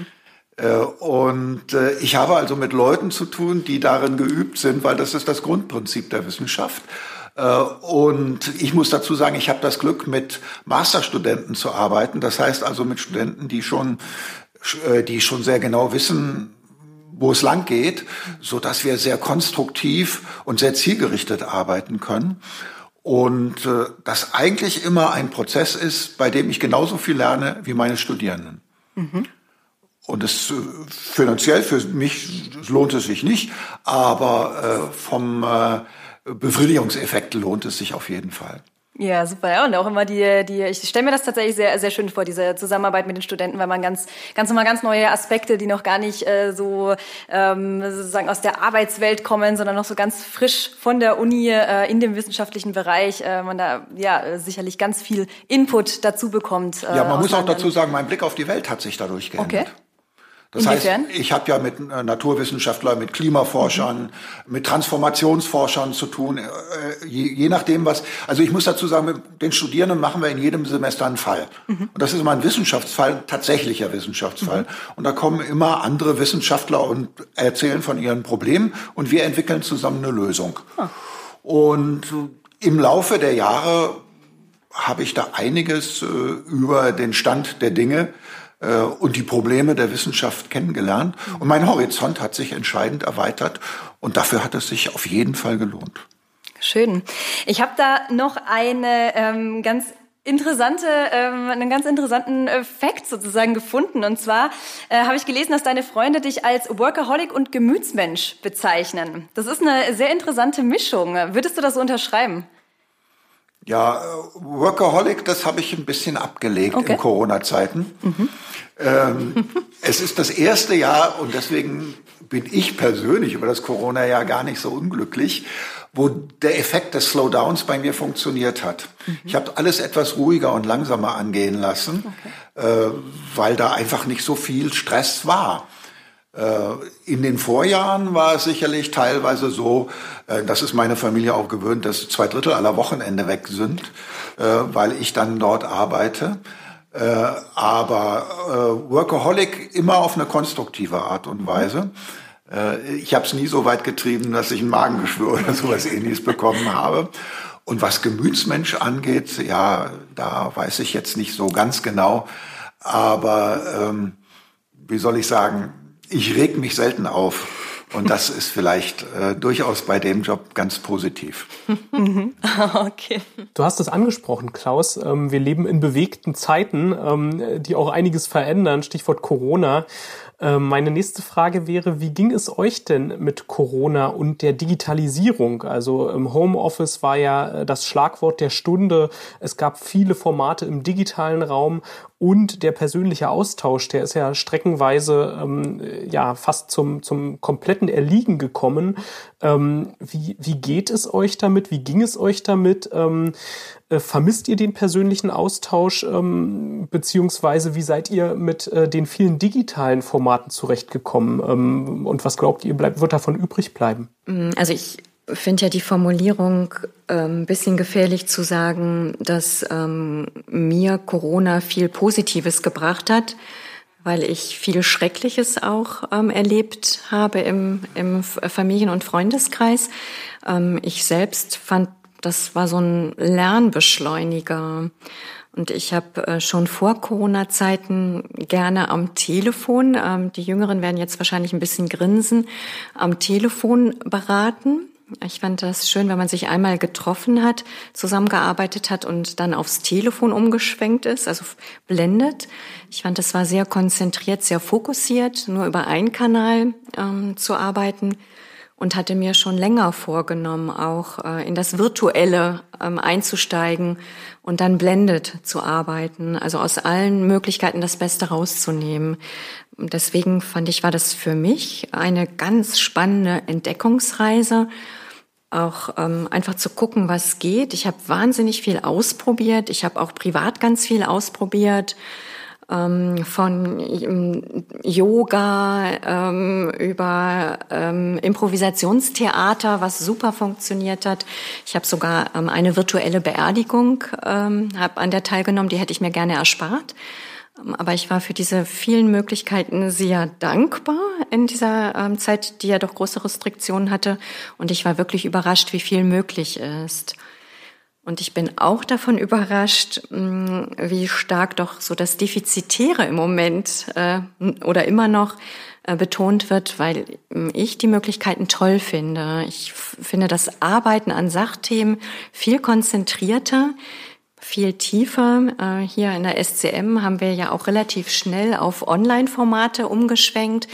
Und ich habe also mit Leuten zu tun, die darin geübt sind, weil das ist das Grundprinzip der Wissenschaft. Und ich muss dazu sagen, ich habe das Glück, mit Masterstudenten zu arbeiten. Das heißt also mit Studenten, die schon sehr genau wissen, wo es lang geht, so dass wir sehr konstruktiv und sehr zielgerichtet arbeiten können. Und das eigentlich immer ein Prozess ist, bei dem ich genauso viel lerne wie meine Studierenden. Und es finanziell für mich lohnt es sich nicht, aber vom Befriedigungseffekt lohnt es sich auf jeden Fall. Ja, super. Ja, und auch immer ich stelle mir das tatsächlich sehr, sehr schön vor, diese Zusammenarbeit mit den Studenten, weil man ganz neue Aspekte, die noch gar nicht sozusagen aus der Arbeitswelt kommen, sondern noch so ganz frisch von der Uni in dem wissenschaftlichen Bereich, man da sicherlich ganz viel Input dazu bekommt. Ja, man muss auch dazu sagen, mein Blick auf die Welt hat sich dadurch geändert. Okay. Das Inwiefern? heißt, ich habe ja mit Naturwissenschaftlern, mit Klimaforschern, mit Transformationsforschern zu tun, je nachdem was. Also ich muss dazu sagen, mit den Studierenden machen wir in jedem Semester einen Fall. Und das ist immer ein Wissenschaftsfall, ein tatsächlicher Wissenschaftsfall. Und da kommen immer andere Wissenschaftler und erzählen von ihren Problemen und wir entwickeln zusammen eine Lösung. Und im Laufe der Jahre habe ich da einiges über den Stand der Dinge und die Probleme der Wissenschaft kennengelernt. Und mein Horizont hat sich entscheidend erweitert. Und dafür hat es sich auf jeden Fall gelohnt. Schön. Ich habe da noch einen ganz interessanten Fact sozusagen gefunden. Und zwar habe ich gelesen, dass deine Freunde dich als Workaholic und Gemütsmensch bezeichnen. Das ist eine sehr interessante Mischung. Würdest du das so unterschreiben? Ja, Workaholic, das habe ich ein bisschen abgelegt in Corona-Zeiten. Es ist das erste Jahr und deswegen bin ich persönlich über das Corona-Jahr gar nicht so unglücklich, wo der Effekt des Slowdowns bei mir funktioniert hat. Ich habe alles etwas ruhiger und langsamer angehen lassen, weil da einfach nicht so viel Stress war. In den Vorjahren war es sicherlich teilweise so, das ist meine Familie auch gewöhnt, dass 2/3 aller Wochenende weg sind, weil ich dann dort arbeite. Aber Workaholic immer auf eine konstruktive Art und Weise. Ich habe es nie so weit getrieben, dass ich ein Magengeschwür oder sowas Ähnliches bekommen habe. Und was Gemütsmensch angeht, ja, da weiß ich jetzt nicht so ganz genau. Aber wie soll ich sagen, ich reg mich selten auf. Und das ist vielleicht durchaus bei dem Job ganz positiv. Okay. Du hast es angesprochen, Klaus. Wir leben in bewegten Zeiten, die auch einiges verändern. Stichwort Corona. Meine nächste Frage wäre, wie ging es euch denn mit Corona und der Digitalisierung? Also im Homeoffice war ja das Schlagwort der Stunde. Es gab viele Formate im digitalen Raum und der persönliche Austausch, der ist ja streckenweise fast zum kompletten Erliegen gekommen. Wie geht es euch damit? Wie ging es euch damit? Vermisst ihr den persönlichen Austausch, beziehungsweise wie seid ihr mit den vielen digitalen Formaten zurechtgekommen? Und was glaubt ihr, wird davon übrig bleiben? Also ich finde ja die Formulierung ein bisschen gefährlich zu sagen, dass mir Corona viel Positives gebracht hat, weil ich viel Schreckliches auch erlebt habe im Familien- und Freundeskreis. Ich selbst fand, das war so ein Lernbeschleuniger. Und ich habe schon vor Corona-Zeiten gerne am Telefon, die Jüngeren werden jetzt wahrscheinlich ein bisschen grinsen, am Telefon beraten. Ich fand das schön, wenn man sich einmal getroffen hat, zusammengearbeitet hat und dann aufs Telefon umgeschwenkt ist, also blendet. Ich fand, das war sehr konzentriert, sehr fokussiert, nur über einen Kanal zu arbeiten. Und hatte mir schon länger vorgenommen, auch in das Virtuelle einzusteigen und dann blended zu arbeiten, also aus allen Möglichkeiten das Beste rauszunehmen. Deswegen fand ich, war das für mich eine ganz spannende Entdeckungsreise, auch einfach zu gucken, was geht. Ich habe wahnsinnig viel ausprobiert, ich habe auch privat ganz viel ausprobiert, von Yoga über Improvisationstheater, was super funktioniert hat. Ich habe sogar eine virtuelle Beerdigung habe an der teilgenommen, die hätte ich mir gerne erspart. Aber ich war für diese vielen Möglichkeiten sehr dankbar in dieser Zeit, die ja doch große Restriktionen hatte. Und ich war wirklich überrascht, wie viel möglich ist. Und ich bin auch davon überrascht, wie stark doch so das Defizitäre im Moment oder immer noch betont wird, weil ich die Möglichkeiten toll finde. Ich finde das Arbeiten an Sachthemen viel konzentrierter, viel tiefer. Hier in der SCM haben wir ja auch relativ schnell auf Online-Formate umgeschwenkt,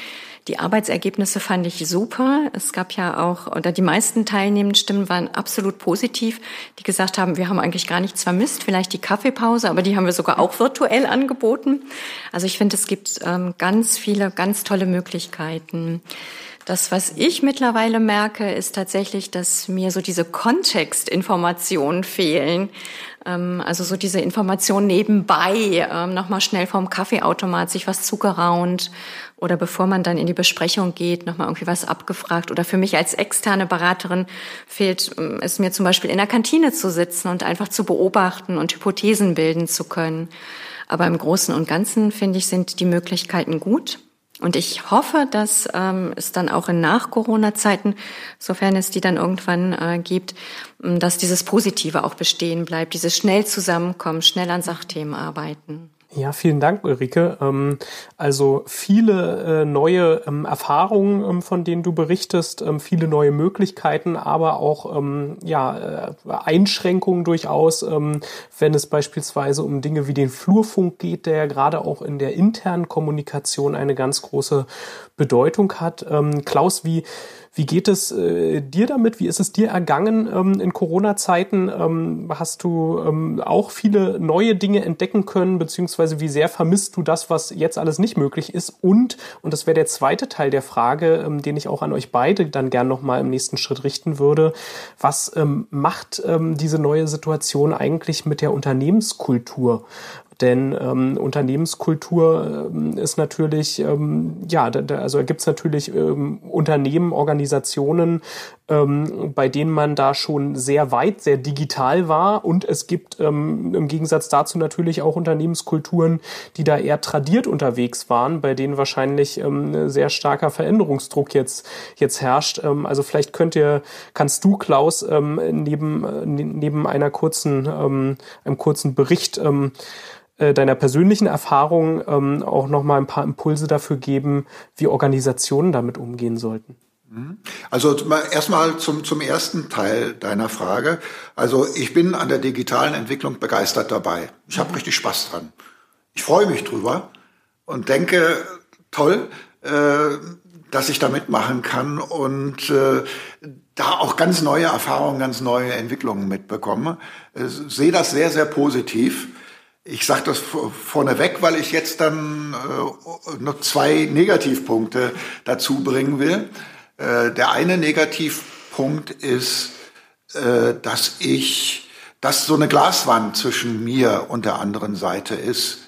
Die Arbeitsergebnisse fand ich super. Es gab ja auch, oder die meisten teilnehmenden Stimmen waren absolut positiv, die gesagt haben, wir haben eigentlich gar nichts vermisst, vielleicht die Kaffeepause, aber die haben wir sogar auch virtuell angeboten. Also ich finde, es gibt ganz viele, ganz tolle Möglichkeiten. Das, was ich mittlerweile merke, ist tatsächlich, dass mir so diese Kontextinformationen fehlen. Also so diese Information nebenbei, nochmal schnell vorm Kaffeeautomat sich was zugeraunt oder bevor man dann in die Besprechung geht, nochmal irgendwie was abgefragt. Oder für mich als externe Beraterin fehlt es mir zum Beispiel in der Kantine zu sitzen und einfach zu beobachten und Hypothesen bilden zu können. Aber im Großen und Ganzen, finde ich, sind die Möglichkeiten gut. Und ich hoffe, dass es dann auch in Nach-Corona-Zeiten, sofern es die dann irgendwann gibt, dass dieses Positive auch bestehen bleibt, dieses schnell zusammenkommen, schnell an Sachthemen arbeiten. Ja, vielen Dank, Ulrike. Also viele neue Erfahrungen, von denen du berichtest, viele neue Möglichkeiten, aber auch Einschränkungen durchaus, wenn es beispielsweise um Dinge wie den Flurfunk geht, der ja gerade auch in der internen Kommunikation eine ganz große Bedeutung hat. Klaus, wie geht es dir damit? Wie ist es dir ergangen in Corona-Zeiten? Hast du auch viele neue Dinge entdecken können, beziehungsweise wie sehr vermisst du das, was jetzt alles nicht möglich ist? Und das wäre der zweite Teil der Frage, den ich auch an euch beide dann gern nochmal im nächsten Schritt richten würde. Was macht diese neue Situation eigentlich mit der Unternehmenskultur? Denn Unternehmenskultur ist natürlich, also gibt es natürlich Unternehmen, Organisationen, bei denen man da schon sehr weit, sehr digital war. Und es gibt im Gegensatz dazu natürlich auch Unternehmenskulturen, die da eher tradiert unterwegs waren, bei denen wahrscheinlich sehr starker Veränderungsdruck jetzt herrscht. Also vielleicht kannst du, Klaus, neben einem kurzen Bericht deiner persönlichen Erfahrung auch noch mal ein paar Impulse dafür geben, wie Organisationen damit umgehen sollten. Also erstmal zum ersten Teil deiner Frage. Also ich bin an der digitalen Entwicklung begeistert dabei. Ich habe richtig Spaß dran. Ich freue mich drüber und denke, toll, dass ich da mitmachen kann und da auch ganz neue Erfahrungen, ganz neue Entwicklungen mitbekomme. Sehe das sehr, sehr positiv. Ich sage das vorneweg, weil ich jetzt dann noch 2 Negativpunkte dazu bringen will. Der eine Negativpunkt ist, dass so eine Glaswand zwischen mir und der anderen Seite ist.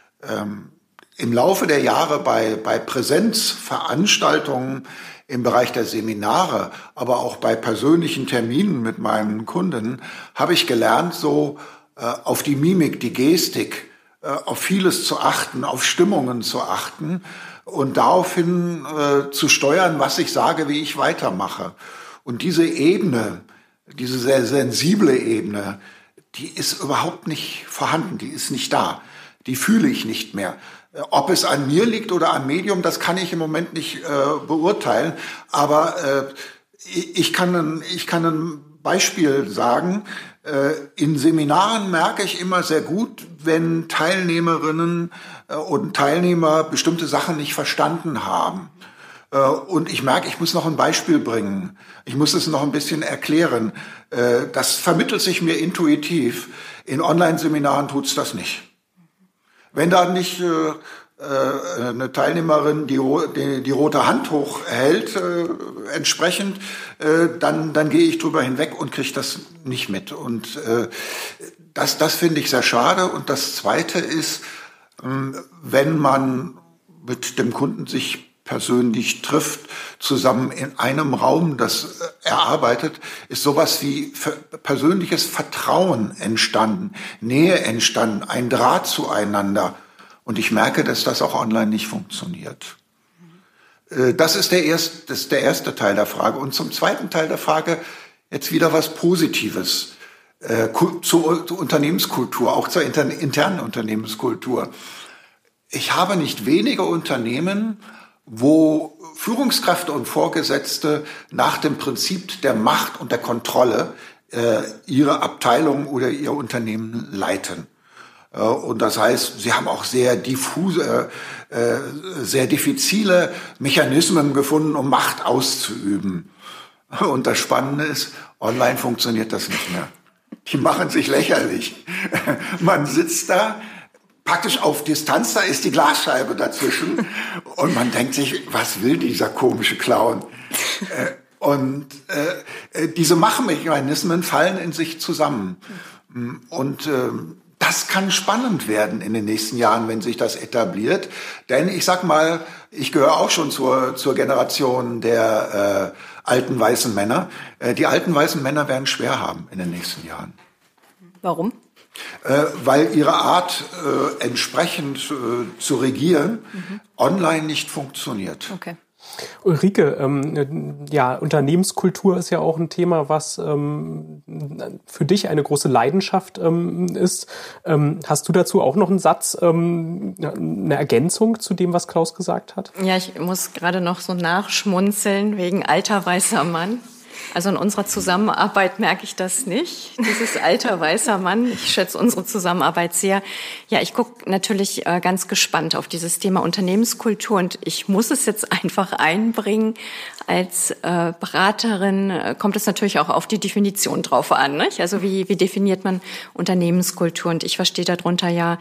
Im Laufe der Jahre bei Präsenzveranstaltungen im Bereich der Seminare, aber auch bei persönlichen Terminen mit meinen Kunden, habe ich gelernt, so auf die Mimik, die Gestik, auf vieles zu achten, auf Stimmungen zu achten und daraufhin zu steuern, was ich sage, wie ich weitermache. Und diese Ebene, diese sehr sensible Ebene, die ist überhaupt nicht vorhanden, die ist nicht da. Die fühle ich nicht mehr. Ob es an mir liegt oder am Medium, das kann ich im Moment nicht beurteilen. Aber ich kann ein Beispiel sagen. In Seminaren merke ich immer sehr gut, wenn Teilnehmerinnen und Teilnehmer bestimmte Sachen nicht verstanden haben. Und ich merke, ich muss noch ein Beispiel bringen. Ich muss es noch ein bisschen erklären. Das vermittelt sich mir intuitiv. In Online-Seminaren tut's das nicht. Wenn da nicht eine Teilnehmerin die rote Hand hochhält, entsprechend, dann gehe ich drüber hinweg und kriege das nicht mit. Und das finde ich sehr schade. Und das Zweite ist, wenn man mit dem Kunden sich persönlich trifft, zusammen in einem Raum das erarbeitet, ist sowas wie persönliches Vertrauen entstanden, Nähe entstanden, ein Draht zueinander. Und ich merke, dass das auch online nicht funktioniert. Das ist der erste Teil der Frage. Und zum zweiten Teil der Frage jetzt wieder was Positives zur Unternehmenskultur, auch zur internen Unternehmenskultur. Ich habe nicht wenige Unternehmen, wo Führungskräfte und Vorgesetzte nach dem Prinzip der Macht und der Kontrolle ihre Abteilung oder ihr Unternehmen leiten. Und das heißt, sie haben auch sehr diffuse, sehr diffizile Mechanismen gefunden, um Macht auszuüben. Und das Spannende ist, online funktioniert das nicht mehr. Die machen sich lächerlich. Man sitzt da, praktisch auf Distanz, da ist die Glasscheibe dazwischen. Und man denkt sich, was will dieser komische Clown? Und diese Machmechanismen fallen in sich zusammen. Und das kann spannend werden in den nächsten Jahren, wenn sich das etabliert. Denn ich sag mal, ich gehöre auch schon zur Generation der alten weißen Männer. Die alten weißen Männer werden schwer haben in den nächsten Jahren. Warum? Weil ihre Art, entsprechend zu regieren, online nicht funktioniert. Okay. Ulrike, Unternehmenskultur ist ja auch ein Thema, was für dich eine große Leidenschaft ist. Hast du dazu auch noch einen Satz, eine Ergänzung zu dem, was Klaus gesagt hat? Ja, ich muss gerade noch so nachschmunzeln wegen alter weißer Mann. Also in unserer Zusammenarbeit merke ich das nicht, dieses alter weißer Mann. Ich schätze unsere Zusammenarbeit sehr. Ja, ich gucke natürlich ganz gespannt auf dieses Thema Unternehmenskultur und ich muss es jetzt einfach einbringen. Als Beraterin kommt es natürlich auch auf die Definition drauf an, nicht? Also wie definiert man Unternehmenskultur? Und ich verstehe darunter ja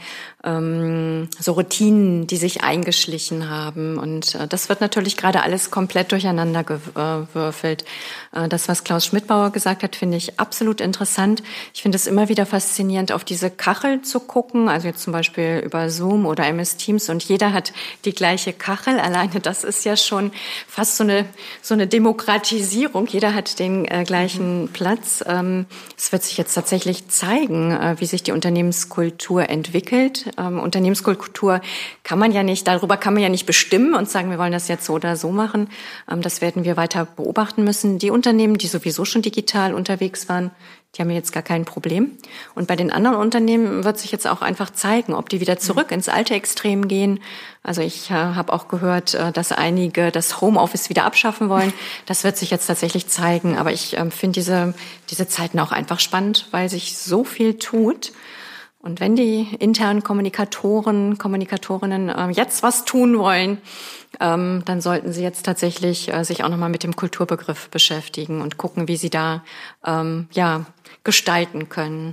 so Routinen, die sich eingeschlichen haben. Und das wird natürlich gerade alles komplett durcheinander gewürfelt. Das, was Klaus Schmidbauer gesagt hat, finde ich absolut interessant. Ich finde es immer wieder faszinierend, auf diese Kachel zu gucken, also jetzt zum Beispiel über Zoom oder MS Teams und jeder hat die gleiche Kachel. Alleine das ist ja schon fast so eine Demokratisierung. Jeder hat den gleichen Platz. Es wird sich jetzt tatsächlich zeigen, wie sich die Unternehmenskultur entwickelt. Unternehmenskultur darüber kann man ja nicht bestimmen und sagen, wir wollen das jetzt so oder so machen. Das werden wir weiter beobachten müssen. Die Unternehmen, die sowieso schon digital unterwegs waren, die haben jetzt gar kein Problem. Und bei den anderen Unternehmen wird sich jetzt auch einfach zeigen, ob die wieder zurück ins alte Extrem gehen. Also ich habe auch gehört, dass einige das Homeoffice wieder abschaffen wollen. Das wird sich jetzt tatsächlich zeigen. Aber ich finde diese Zeiten auch einfach spannend, weil sich so viel tut. Und wenn die internen Kommunikatorinnen jetzt was tun wollen, dann sollten sie jetzt tatsächlich sich auch nochmal mit dem Kulturbegriff beschäftigen und gucken, wie sie da gestalten können.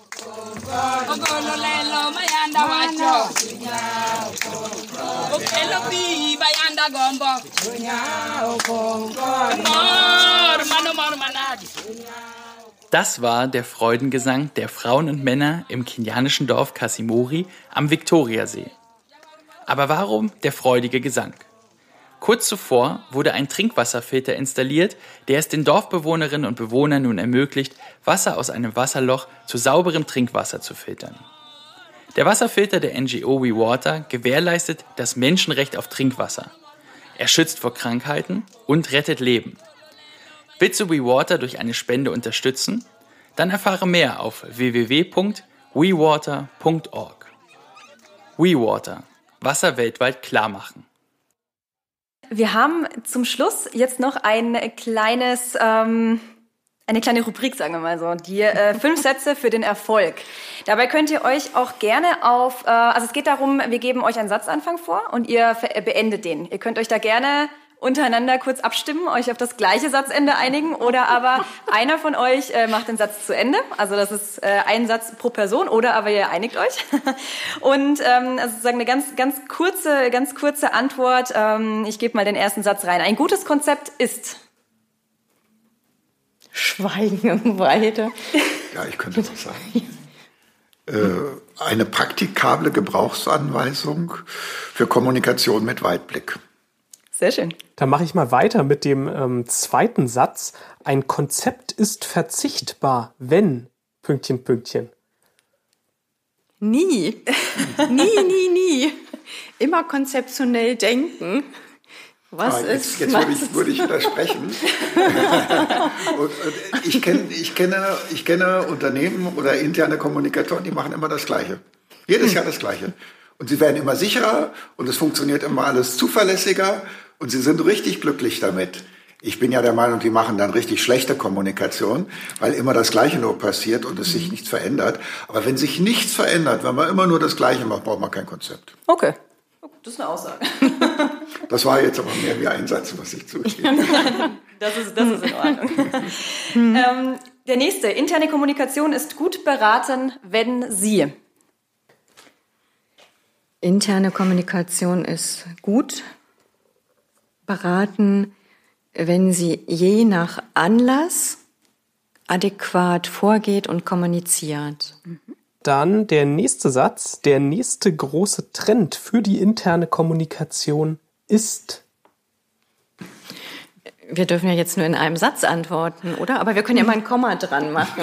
Das war der Freudengesang der Frauen und Männer im kenianischen Dorf Kasimori am Viktoriasee. Aber warum der freudige Gesang? Kurz zuvor wurde ein Trinkwasserfilter installiert, der es den Dorfbewohnerinnen und Bewohnern nun ermöglicht, Wasser aus einem Wasserloch zu sauberem Trinkwasser zu filtern. Der Wasserfilter der NGO WeWater gewährleistet das Menschenrecht auf Trinkwasser. Er schützt vor Krankheiten und rettet Leben. Willst du WeWater durch eine Spende unterstützen? Dann erfahre mehr auf www.wewater.org. WeWater. Wasser weltweit klar machen. Wir haben zum Schluss jetzt noch eine kleine Rubrik, sagen wir mal so, die 5 Sätze für den Erfolg. Dabei könnt ihr euch auch gerne es geht darum, wir geben euch einen Satzanfang vor und ihr beendet den. Ihr könnt euch da gerne untereinander kurz abstimmen, euch auf das gleiche Satzende einigen oder aber einer von euch macht den Satz zu Ende. Also das ist ein Satz pro Person oder aber ihr einigt euch. Und sozusagen eine ganz kurze Antwort. Ich gebe mal den ersten Satz rein. Ein gutes Konzept ist... Schweigen im Walde. Ja, ich könnte das sagen. Eine praktikable Gebrauchsanweisung für Kommunikation mit Weitblick. Sehr schön. Dann mache ich mal weiter mit dem zweiten Satz. Ein Konzept ist verzichtbar, wenn... ... Nie. Nie. Immer konzeptionell denken. Jetzt würde ich widersprechen. Und ich kenne Unternehmen oder interne Kommunikatoren, die machen immer das Gleiche. Jedes Jahr das Gleiche. Und sie werden immer sicherer und es funktioniert immer alles zuverlässiger und sie sind richtig glücklich damit. Ich bin ja der Meinung, die machen dann richtig schlechte Kommunikation, weil immer das Gleiche nur passiert und es sich nichts verändert. Aber wenn sich nichts verändert, wenn man immer nur das Gleiche macht, braucht man kein Konzept. Okay, das ist eine Aussage. Das war jetzt aber mehr wie ein Satz, was ich zugebe. Das ist in Ordnung. Der nächste, interne Kommunikation ist gut beraten, wenn Sie. Interne Kommunikation ist gut beraten, wenn sie je nach Anlass adäquat vorgeht und kommuniziert. Dann der nächste Satz. Der nächste große Trend für die interne Kommunikation ist... Wir dürfen ja jetzt nur in einem Satz antworten, oder? Aber wir können ja mal ein Komma dran machen.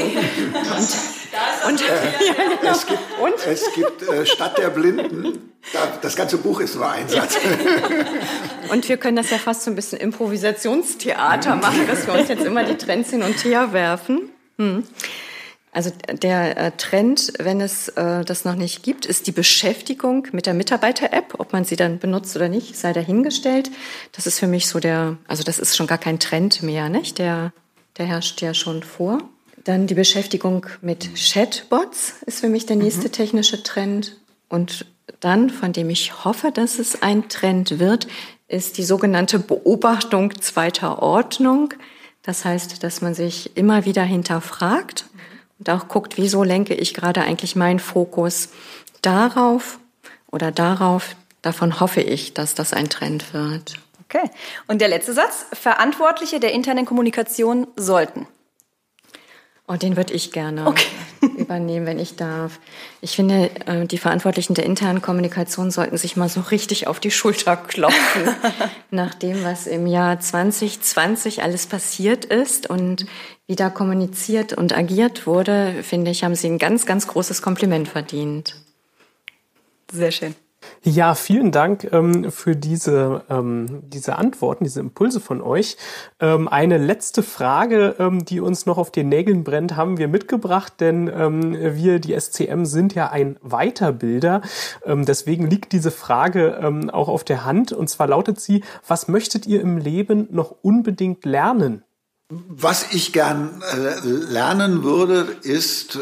Es gibt statt der Blinden, das ganze Buch ist nur ein Satz. Und wir können das ja fast so ein bisschen Improvisationstheater machen, dass wir uns jetzt immer die Trends hin und her werfen. Also der Trend, wenn es das noch nicht gibt, ist die Beschäftigung mit der Mitarbeiter-App. Ob man sie dann benutzt oder nicht, sei dahingestellt. Das ist für mich so also das ist schon gar kein Trend mehr, nicht? Der herrscht ja schon vor. Dann die Beschäftigung mit Chatbots ist für mich der nächste technische Trend. Und dann, von dem ich hoffe, dass es ein Trend wird, ist die sogenannte Beobachtung zweiter Ordnung. Das heißt, dass man sich immer wieder hinterfragt und auch guckt, wieso lenke ich gerade eigentlich meinen Fokus darauf oder darauf. Davon hoffe ich, dass das ein Trend wird. Okay. Und der letzte Satz. Verantwortliche der internen Kommunikation sollten. Und den würde ich gerne übernehmen, wenn ich darf. Ich finde, die Verantwortlichen der internen Kommunikation sollten sich mal so richtig auf die Schulter klopfen. Nach dem, was im Jahr 2020 alles passiert ist und wie da kommuniziert und agiert wurde, finde ich, haben sie ein ganz, ganz großes Kompliment verdient. Sehr schön. Ja, vielen Dank für diese Antworten, diese Impulse von euch. Eine letzte Frage, die uns noch auf den Nägeln brennt, haben wir mitgebracht, denn wir, die SCM, sind ja ein Weiterbilder. Deswegen liegt diese Frage auch auf der Hand. Und zwar lautet sie: Was möchtet ihr im Leben noch unbedingt lernen? Was ich gern lernen würde, ist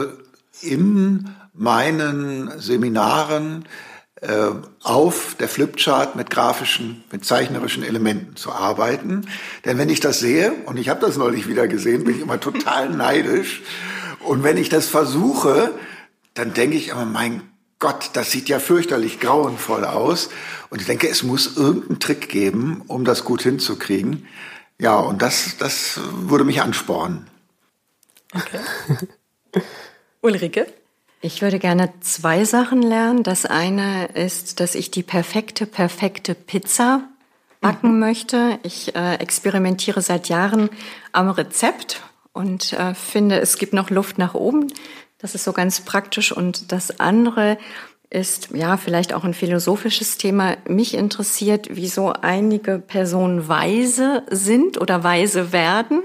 in meinen Seminaren auf der Flipchart mit zeichnerischen Elementen zu arbeiten. Denn wenn ich das sehe, und ich habe das neulich wieder gesehen, bin ich immer total neidisch. Und wenn ich das versuche, dann denke ich immer, mein Gott, das sieht ja fürchterlich grauenvoll aus. Und ich denke, es muss irgendeinen Trick geben, um das gut hinzukriegen. Ja, und das würde mich anspornen. Okay. Ulrike? Ich würde gerne 2 Sachen lernen. Das eine ist, dass ich die perfekte Pizza backen möchte. Ich experimentiere seit Jahren am Rezept und finde, es gibt noch Luft nach oben. Das ist so ganz praktisch. Und das andere ist, ja, vielleicht auch ein philosophisches Thema. Mich interessiert, wieso einige Personen weise sind oder weise werden.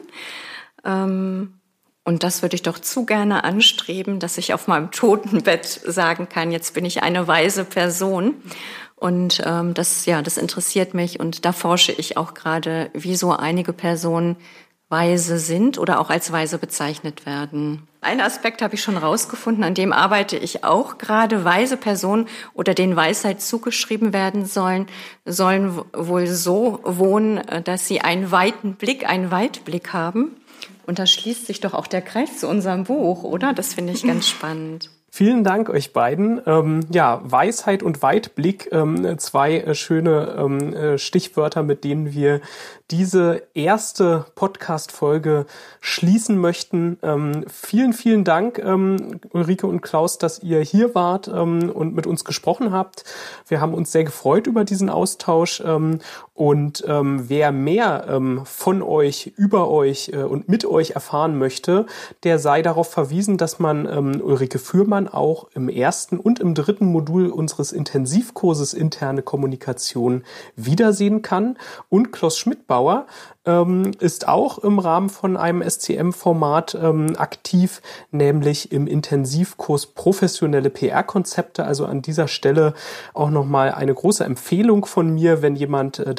Und das würde ich doch zu gerne anstreben, dass ich auf meinem Totenbett sagen kann, jetzt bin ich eine weise Person. Und das interessiert mich und da forsche ich auch gerade, wieso einige Personen weise sind oder auch als weise bezeichnet werden. Einen Aspekt habe ich schon rausgefunden, an dem arbeite ich auch gerade. Weise Personen oder denen Weisheit zugeschrieben werden sollen wohl so wohnen, dass sie einen Weitblick haben. Und da schließt sich doch auch der Kreis zu unserem Buch, oder? Das finde ich ganz spannend. Vielen Dank euch beiden. Weisheit und Weitblick, 2 schöne Stichwörter, mit denen wir diese erste Podcast-Folge schließen möchten. Vielen, vielen Dank, Ulrike und Klaus, dass ihr hier wart und mit uns gesprochen habt. Wir haben uns sehr gefreut über diesen Austausch. Und wer mehr von euch, über euch und mit euch erfahren möchte, der sei darauf verwiesen, dass man Ulrike Fürmann auch im 1. und im 3. Modul unseres Intensivkurses Interne Kommunikation wiedersehen kann. Und Klaus Schmidbauer ist auch im Rahmen von einem SCM-Format aktiv, nämlich im Intensivkurs Professionelle PR-Konzepte. Also an dieser Stelle auch nochmal eine große Empfehlung von mir, wenn jemand da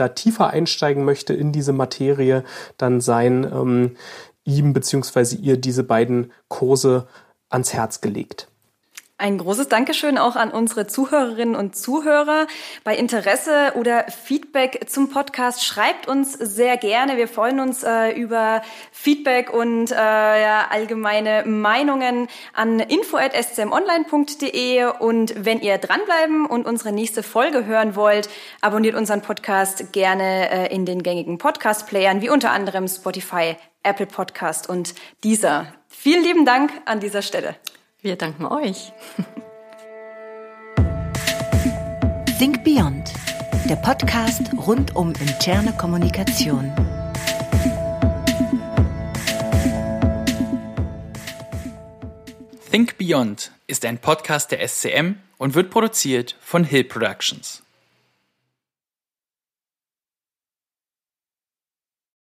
tiefer einsteigen möchte in diese Materie, dann seien ihm bzw. ihr diese beiden Kurse ans Herz gelegt. Ein großes Dankeschön auch an unsere Zuhörerinnen und Zuhörer. Bei Interesse oder Feedback zum Podcast schreibt uns sehr gerne. Wir freuen uns über Feedback und allgemeine Meinungen an info@scmonline.de. Und wenn ihr dranbleiben und unsere nächste Folge hören wollt, abonniert unseren Podcast gerne in den gängigen Podcast-Playern, wie unter anderem Spotify, Apple Podcast und Deezer. Vielen lieben Dank an dieser Stelle. Wir danken euch. Think Beyond, der Podcast rund um interne Kommunikation. Think Beyond ist ein Podcast der SCM und wird produziert von Hill Productions.